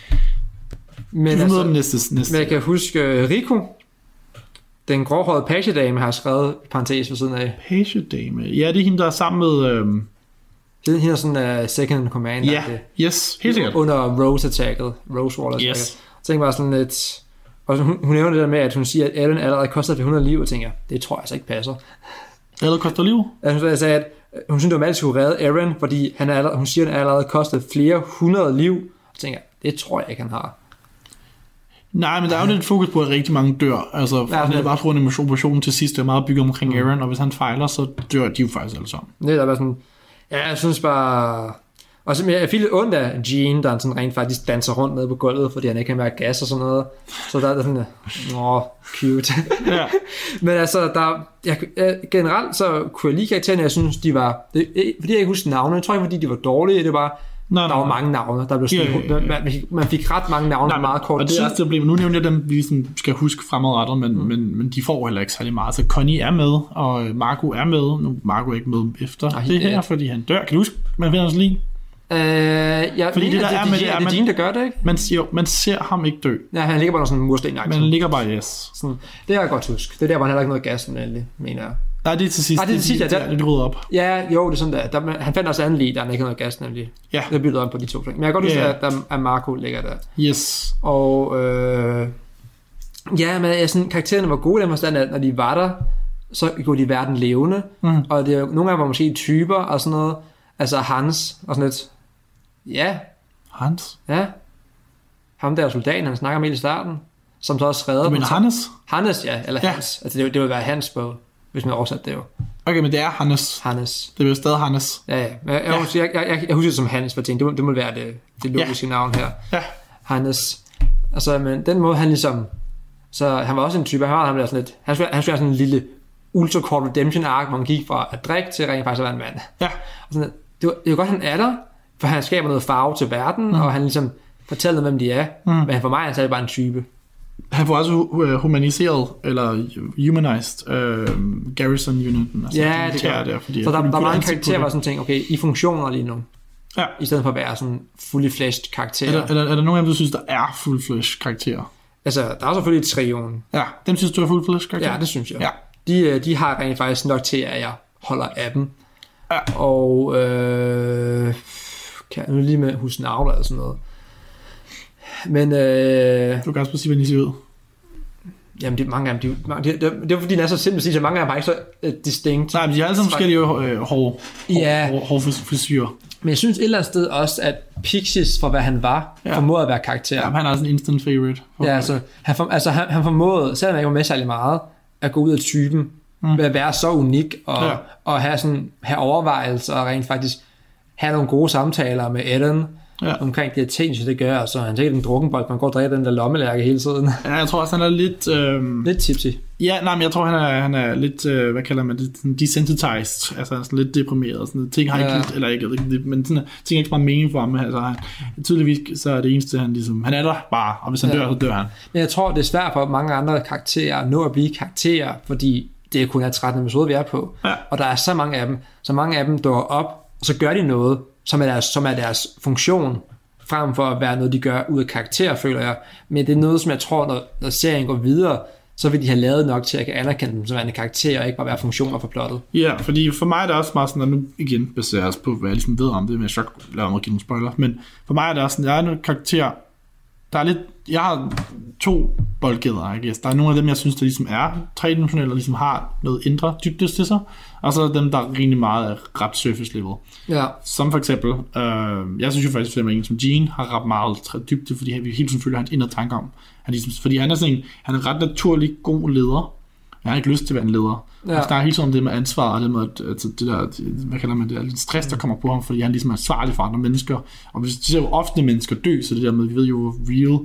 Men, altså, næste, næste. men jeg kan huske uh, Rico, den gråhårede pagedame, har skrevet parentes ved siden af. Pagedame? Ja, det er hende, der er sammen med... Øh... Det er hende, der sådan uh, second in command. Ja, yeah. Yes, helt sikkert. Under Rose-attacket, Rose-Water-attacket. Yes. Så tænkte jeg bare sådan lidt... Og hun, hun nævner det der med, at hun siger, at Eren allerede koster flere hundrede liv, og tænker, det tror jeg altså ikke passer. Allerede koster liv? Altså, hun sagde, at hun synes, det var meget, at skulle redde Eren, fordi han allerede, hun siger, at han allerede kostet flere hundrede liv. Og tænker, det tror jeg ikke, han har. Nej, men der er jo lidt fokus på, at rigtig mange dør. Altså, ja, det er bare på en emotion til sidst, det er meget bygget omkring mm. Eren, og hvis han fejler, så dør de jo faktisk alle sammen. Det er bare sådan, ja, jeg synes bare... Og så jeg fik lidt ondt af Jean, der sådan rent faktisk danser rundt nede på gulvet, fordi han ikke kan mærke gas og sådan noget. Så der er sådan, åh, cute. Ja. Men altså, der, jeg, generelt så kunne jeg lide karaktererne, jeg synes, de var, det, fordi jeg ikke husker navne, jeg tror ikke, fordi de var dårlige, det var, nej, der nej. var mange navne, der blev sådan, ja, ja, ja. Man, man fik ret mange navne nej, meget kort tid. Og det er også det problem, nu nævner jeg dem, vi sådan skal huske fremadrettet, men, mm. men, men de får heller ikke særlig meget. Så Connie er med, og Marco er med, nu Marco er ikke med efter nej, det her, ja. Fordi han dør. Kan du huske, man finder os lige? Øh, jeg Fordi mener, det, der er, er, med, det, er, det er Jean, der gør det, ikke? Man, jo, man ser ham ikke dø. Ja, han ligger bare sådan en mursten. Man ligger bare, yes. Sådan, det har jeg godt huske. Det er der, hvor han heller ikke noget gas, endelig, mener jeg. Nej, det er til sidst. Nej, det er til sidst, ja. Det, det, det rydder op. Ja, jo, det er sådan der. der han fandt også anden lige, der han ikke noget gas, nemlig. Ja. Det byttede om på de to ting. Men jeg kan godt huske, yeah. at, der, at Marco ligger der. Yes. Og øh, ja, men jeg, sådan, karaktererne var gode, der forstand, at når de var der, så går de i verden levende, Mm. og det er nogle gange var måske typer og sådan noget, altså Hans og sådan lidt, ja, Hans? ja, ham der soldaten, han snakker om helt i starten, som så også redder. Du mener Hannes? Hannes, ja, eller Ja. Hans, altså det, det vil være Hans på, hvis man oversat det jo. Okay, men det er Hannes. Hannes. Det er jo stadig Hannes. Ja, ja. Jeg, jeg, Ja. jeg, jeg, jeg, jeg husker det som Hannes, for jeg tænkte, det må, det må være det, det logiske ja. navn her. Ja. Hannes. Altså, men den måde han ligesom, så han var også en type, han var, han var sådan lidt, han skulle, han skulle have sådan en lille ultra kort redemption arc, hvor man gik fra at drikke til rent faktisk at være en mand. Ja. Og sådan, det, var, det var godt, han er der, for han skaber noget farve til verden, mm. og han ligesom fortæller noget, hvem de er, mm. men for mig er han bare en type. Han får også hu- humaniseret, eller humanized, øh, Garrison Uniten. Altså Ja, det gør der, fordi så der, der er mange ansigt på karakterer, det. hvor sådan ting, okay, I funktioner lige nu, Ja. i stedet for at være sådan fully fleshed karakterer. Er der, er, der, er der nogen af dem, du synes, der er full flesh karakterer? Altså, der er selvfølgelig trioen. Ja, dem synes du er full flesh karakterer? Ja, det synes jeg. Ja. De, de har rent faktisk nok til, at jeg holder af dem. Ja. Og øh, kan jeg nu lige med huske navn eller sådan noget. Men øh, Du kan også bare sige, hvad de ser ud. jamen, det er mange af dem. De, de, det, det er fordi, den er så simpelt at sige, så mange af dem har ikke så øh, distinkt. Nej, men de har alle sammen forskellige øh, hår, Ja. hår, hår, frisyrer. Men jeg synes et eller andet sted også, at Pixies, for hvad han var, Ja. formåede at være karakter. Ja, han er sådan en instant favorite. Ja, altså, han, for, altså han, han formåede, selvom han ikke var med særlig meget, at gå ud af typen, mm. ved at være så unik, og, Ja. og have, sådan, have overvejelser, og rent faktisk have nogle gode samtaler med Eden, Ja. omkring de her ting, så det gør, og så er han sikkert en drukkenbold, man går og drikker den der lommelærke hele tiden. Ja, jeg tror også, han er lidt... Øh... Lidt tipsy. Ja, nej, men jeg tror, han er, han er lidt, øh, hvad kalder man det, sådan desensitized, altså sådan lidt deprimeret, sådan ting har Ja. ikke, eller ikke, ikke men sådan, ting har ikke så meget mening for ham, altså han, tydeligvis så er det eneste, han ligesom, han er der bare, og hvis han Ja. dør, så dør han. Men jeg tror, det er svært for mange andre karakterer at nå at blive karakterer, fordi det kun er tretten episoder, vi er på. Ja. Og der er så mange af dem, så mange af dem dukker op, og så gør de noget, som er deres, som er deres funktion, frem for at være noget, de gør ud af karakter, føler jeg. Men det er noget, som jeg tror, når, når serien går videre, så vil de have lavet nok til, at jeg kan anerkende dem som en karakter, og ikke bare være funktioner for plottet. Ja, fordi for mig er det også meget sådan, at nu igen baserer os på, hvad jeg ligesom ved om det, men jeg skal ikke lade mig at give nogle spoiler, men for mig er det også sådan, jeg er en karakter, der er lidt, jeg har to boldgæder, I guess. Der er nogle af dem, jeg synes, der ligesom er tredimensionelle, og ligesom har noget indre dybde til sig, og så er der dem, der er rigtig meget af ret surface level. Ja. Som for eksempel, øh, jeg synes jo faktisk, at en som Gene har ret meget dybde, fordi vi helt følger hans indre tanker om. Han ligesom, fordi han er sådan en, han er en ret naturlig god leder. Jeg har ikke lyst til at være en leder. Ja. Han snakker hele tiden om det med ansvar, og det med, at, at det der, det, hvad kalder man det, den stress, der kommer på ham, fordi han ligesom er ansvarlig for andre mennesker. Og hvis vi ser jo ofte mennesker dø, så det der med, vi ved jo, hvor real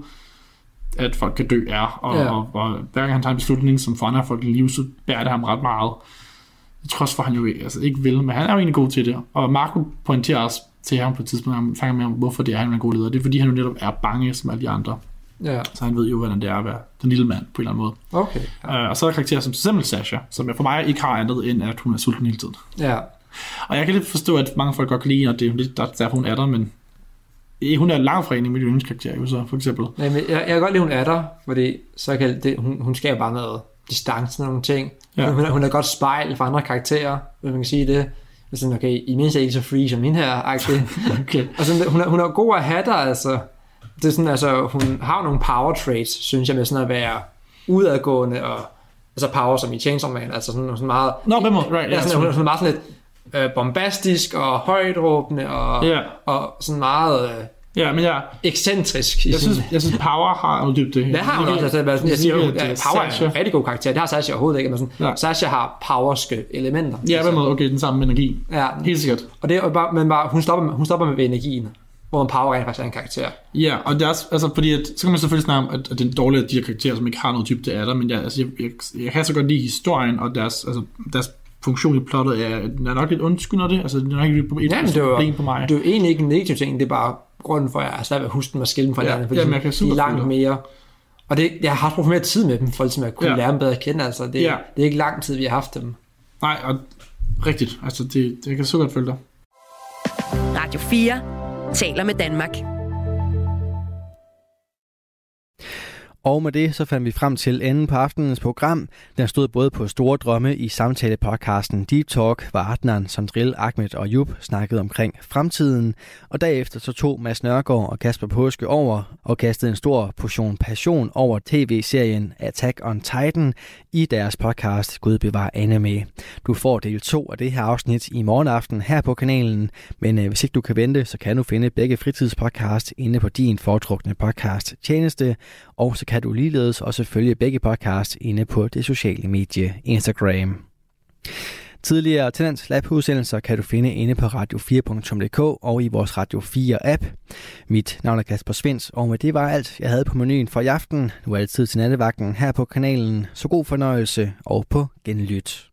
at folk kan dø er, og, Ja. og, og hver gang han tager en beslutning, som forandrer folk i liv, så bærer det ham ret meget. Jeg tror også, for han jo altså, ikke vil, men han er jo egentlig god til det. Og Marco pointerer også til ham på et tidspunkt, han fanger med ham, hvorfor det er, han er en god leder. Det er, fordi han jo netop er bange, som alle de andre. Ja. Så han ved jo, hvordan det er at være den lille mand, på en eller anden måde. Okay. Ja. Uh, og så er der karakterer som for eksempel Sasha, som jeg for mig ikke har andet, end at hun er sulten hele tiden. Ja. Og jeg kan lidt forstå, at mange folk godt kan lide, og det er jo lidt derfor, hun er der, men hun er langt fra en af mine yndlingskarakterer, jo så, for eksempel. Nej, men jeg, jeg kan godt lide, hun er der, fordi så kan det, hun, hun skaber bare noget distance og nogle ting. Ja. Hun, hun er et godt spejl for andre karakterer, hvis man kan sige det. Sådan, okay, I mindst er ikke så free som hende her. Okay. Og sådan, hun, er, hun er god at have der, altså. Det er sådan, altså, hun har nogle power traits, synes jeg, med sådan at være udadgående, og altså power som i Chainsaw Man, altså sådan, sådan meget... Nå, hvem right, ja, ja, sådan, hun, hun er meget sådan lidt øh, bombastisk og højtråbende, og, Ja. og sådan meget øh, Ja, men jeg, ekscentrisk. I jeg, synes, sin, jeg synes, Power har noget dybde. det har hun også, altså, jeg, jeg siger jo, at Power er en rigtig god karakter, det har Sasha overhovedet ikke, men sådan, Ja. Sasha har powerske elementer. Ja, altså. hvad med, okay, den samme energi. Ja, Helt sikkert. og det er bare, men bare, hun stopper med, hun stopper med ved energien, hvor en Power rent faktisk er en karakter. Ja, og det er også, altså, fordi at, så kan man selvfølgelig snakke om, at, at det er dårligt, at de her karakterer, som ikke har noget dybde, er der, men jeg, altså, jeg, jeg, jeg kan så godt lide historien, og deres, altså, deres funktion i plottet er, den er nok lidt undskyld det, altså den er nok ikke et Ja, men det var, problem på mig. det er jo egentlig ikke en negativ ting, det er bare grunden for, at jeg er svært ved at huske dem og skille dem fra Ja, hinanden, fordi jamen, jeg kan de super er langt følge. mere, og det, jeg har haft brug for mere tid med dem, for ligesom at kunne Ja. lære dem bedre at kende, altså det, Ja. det er ikke lang tid, vi har haft dem. Nej, og rigtigt, altså det, det jeg kan så godt følge dig. Radio fire taler med Danmark. Og med det så fandt vi frem til enden på aftenens program. Den stod både på store drømme i samtalepodcasten Deep Talk, hvor Adnan, Sandril, Ahmed og Jub snakkede omkring fremtiden. Og derefter så tog Mads Nørgaard og Kasper Påske over og kastede en stor portion passion over tv-serien Attack on Titan i deres podcast Gud bevar anime. Du får del to af det her afsnit i morgen aften her på kanalen, men øh, hvis ikke du kan vente, så kan du finde begge fritidspodcast inde på din foretrukne podcast tjeneste, og så kan du ligeledes også følge begge podcasts inde på det sociale medie Instagram. Tidligere Talents Lab udsendelser kan du finde inde på radio fire punktum d k og i vores Radio fire app. Mit navn er Kasper Svens, og med det var alt, jeg havde på menuen for i aften. Nu er det tid til nattevagten her på kanalen, så god fornøjelse og på genlyt.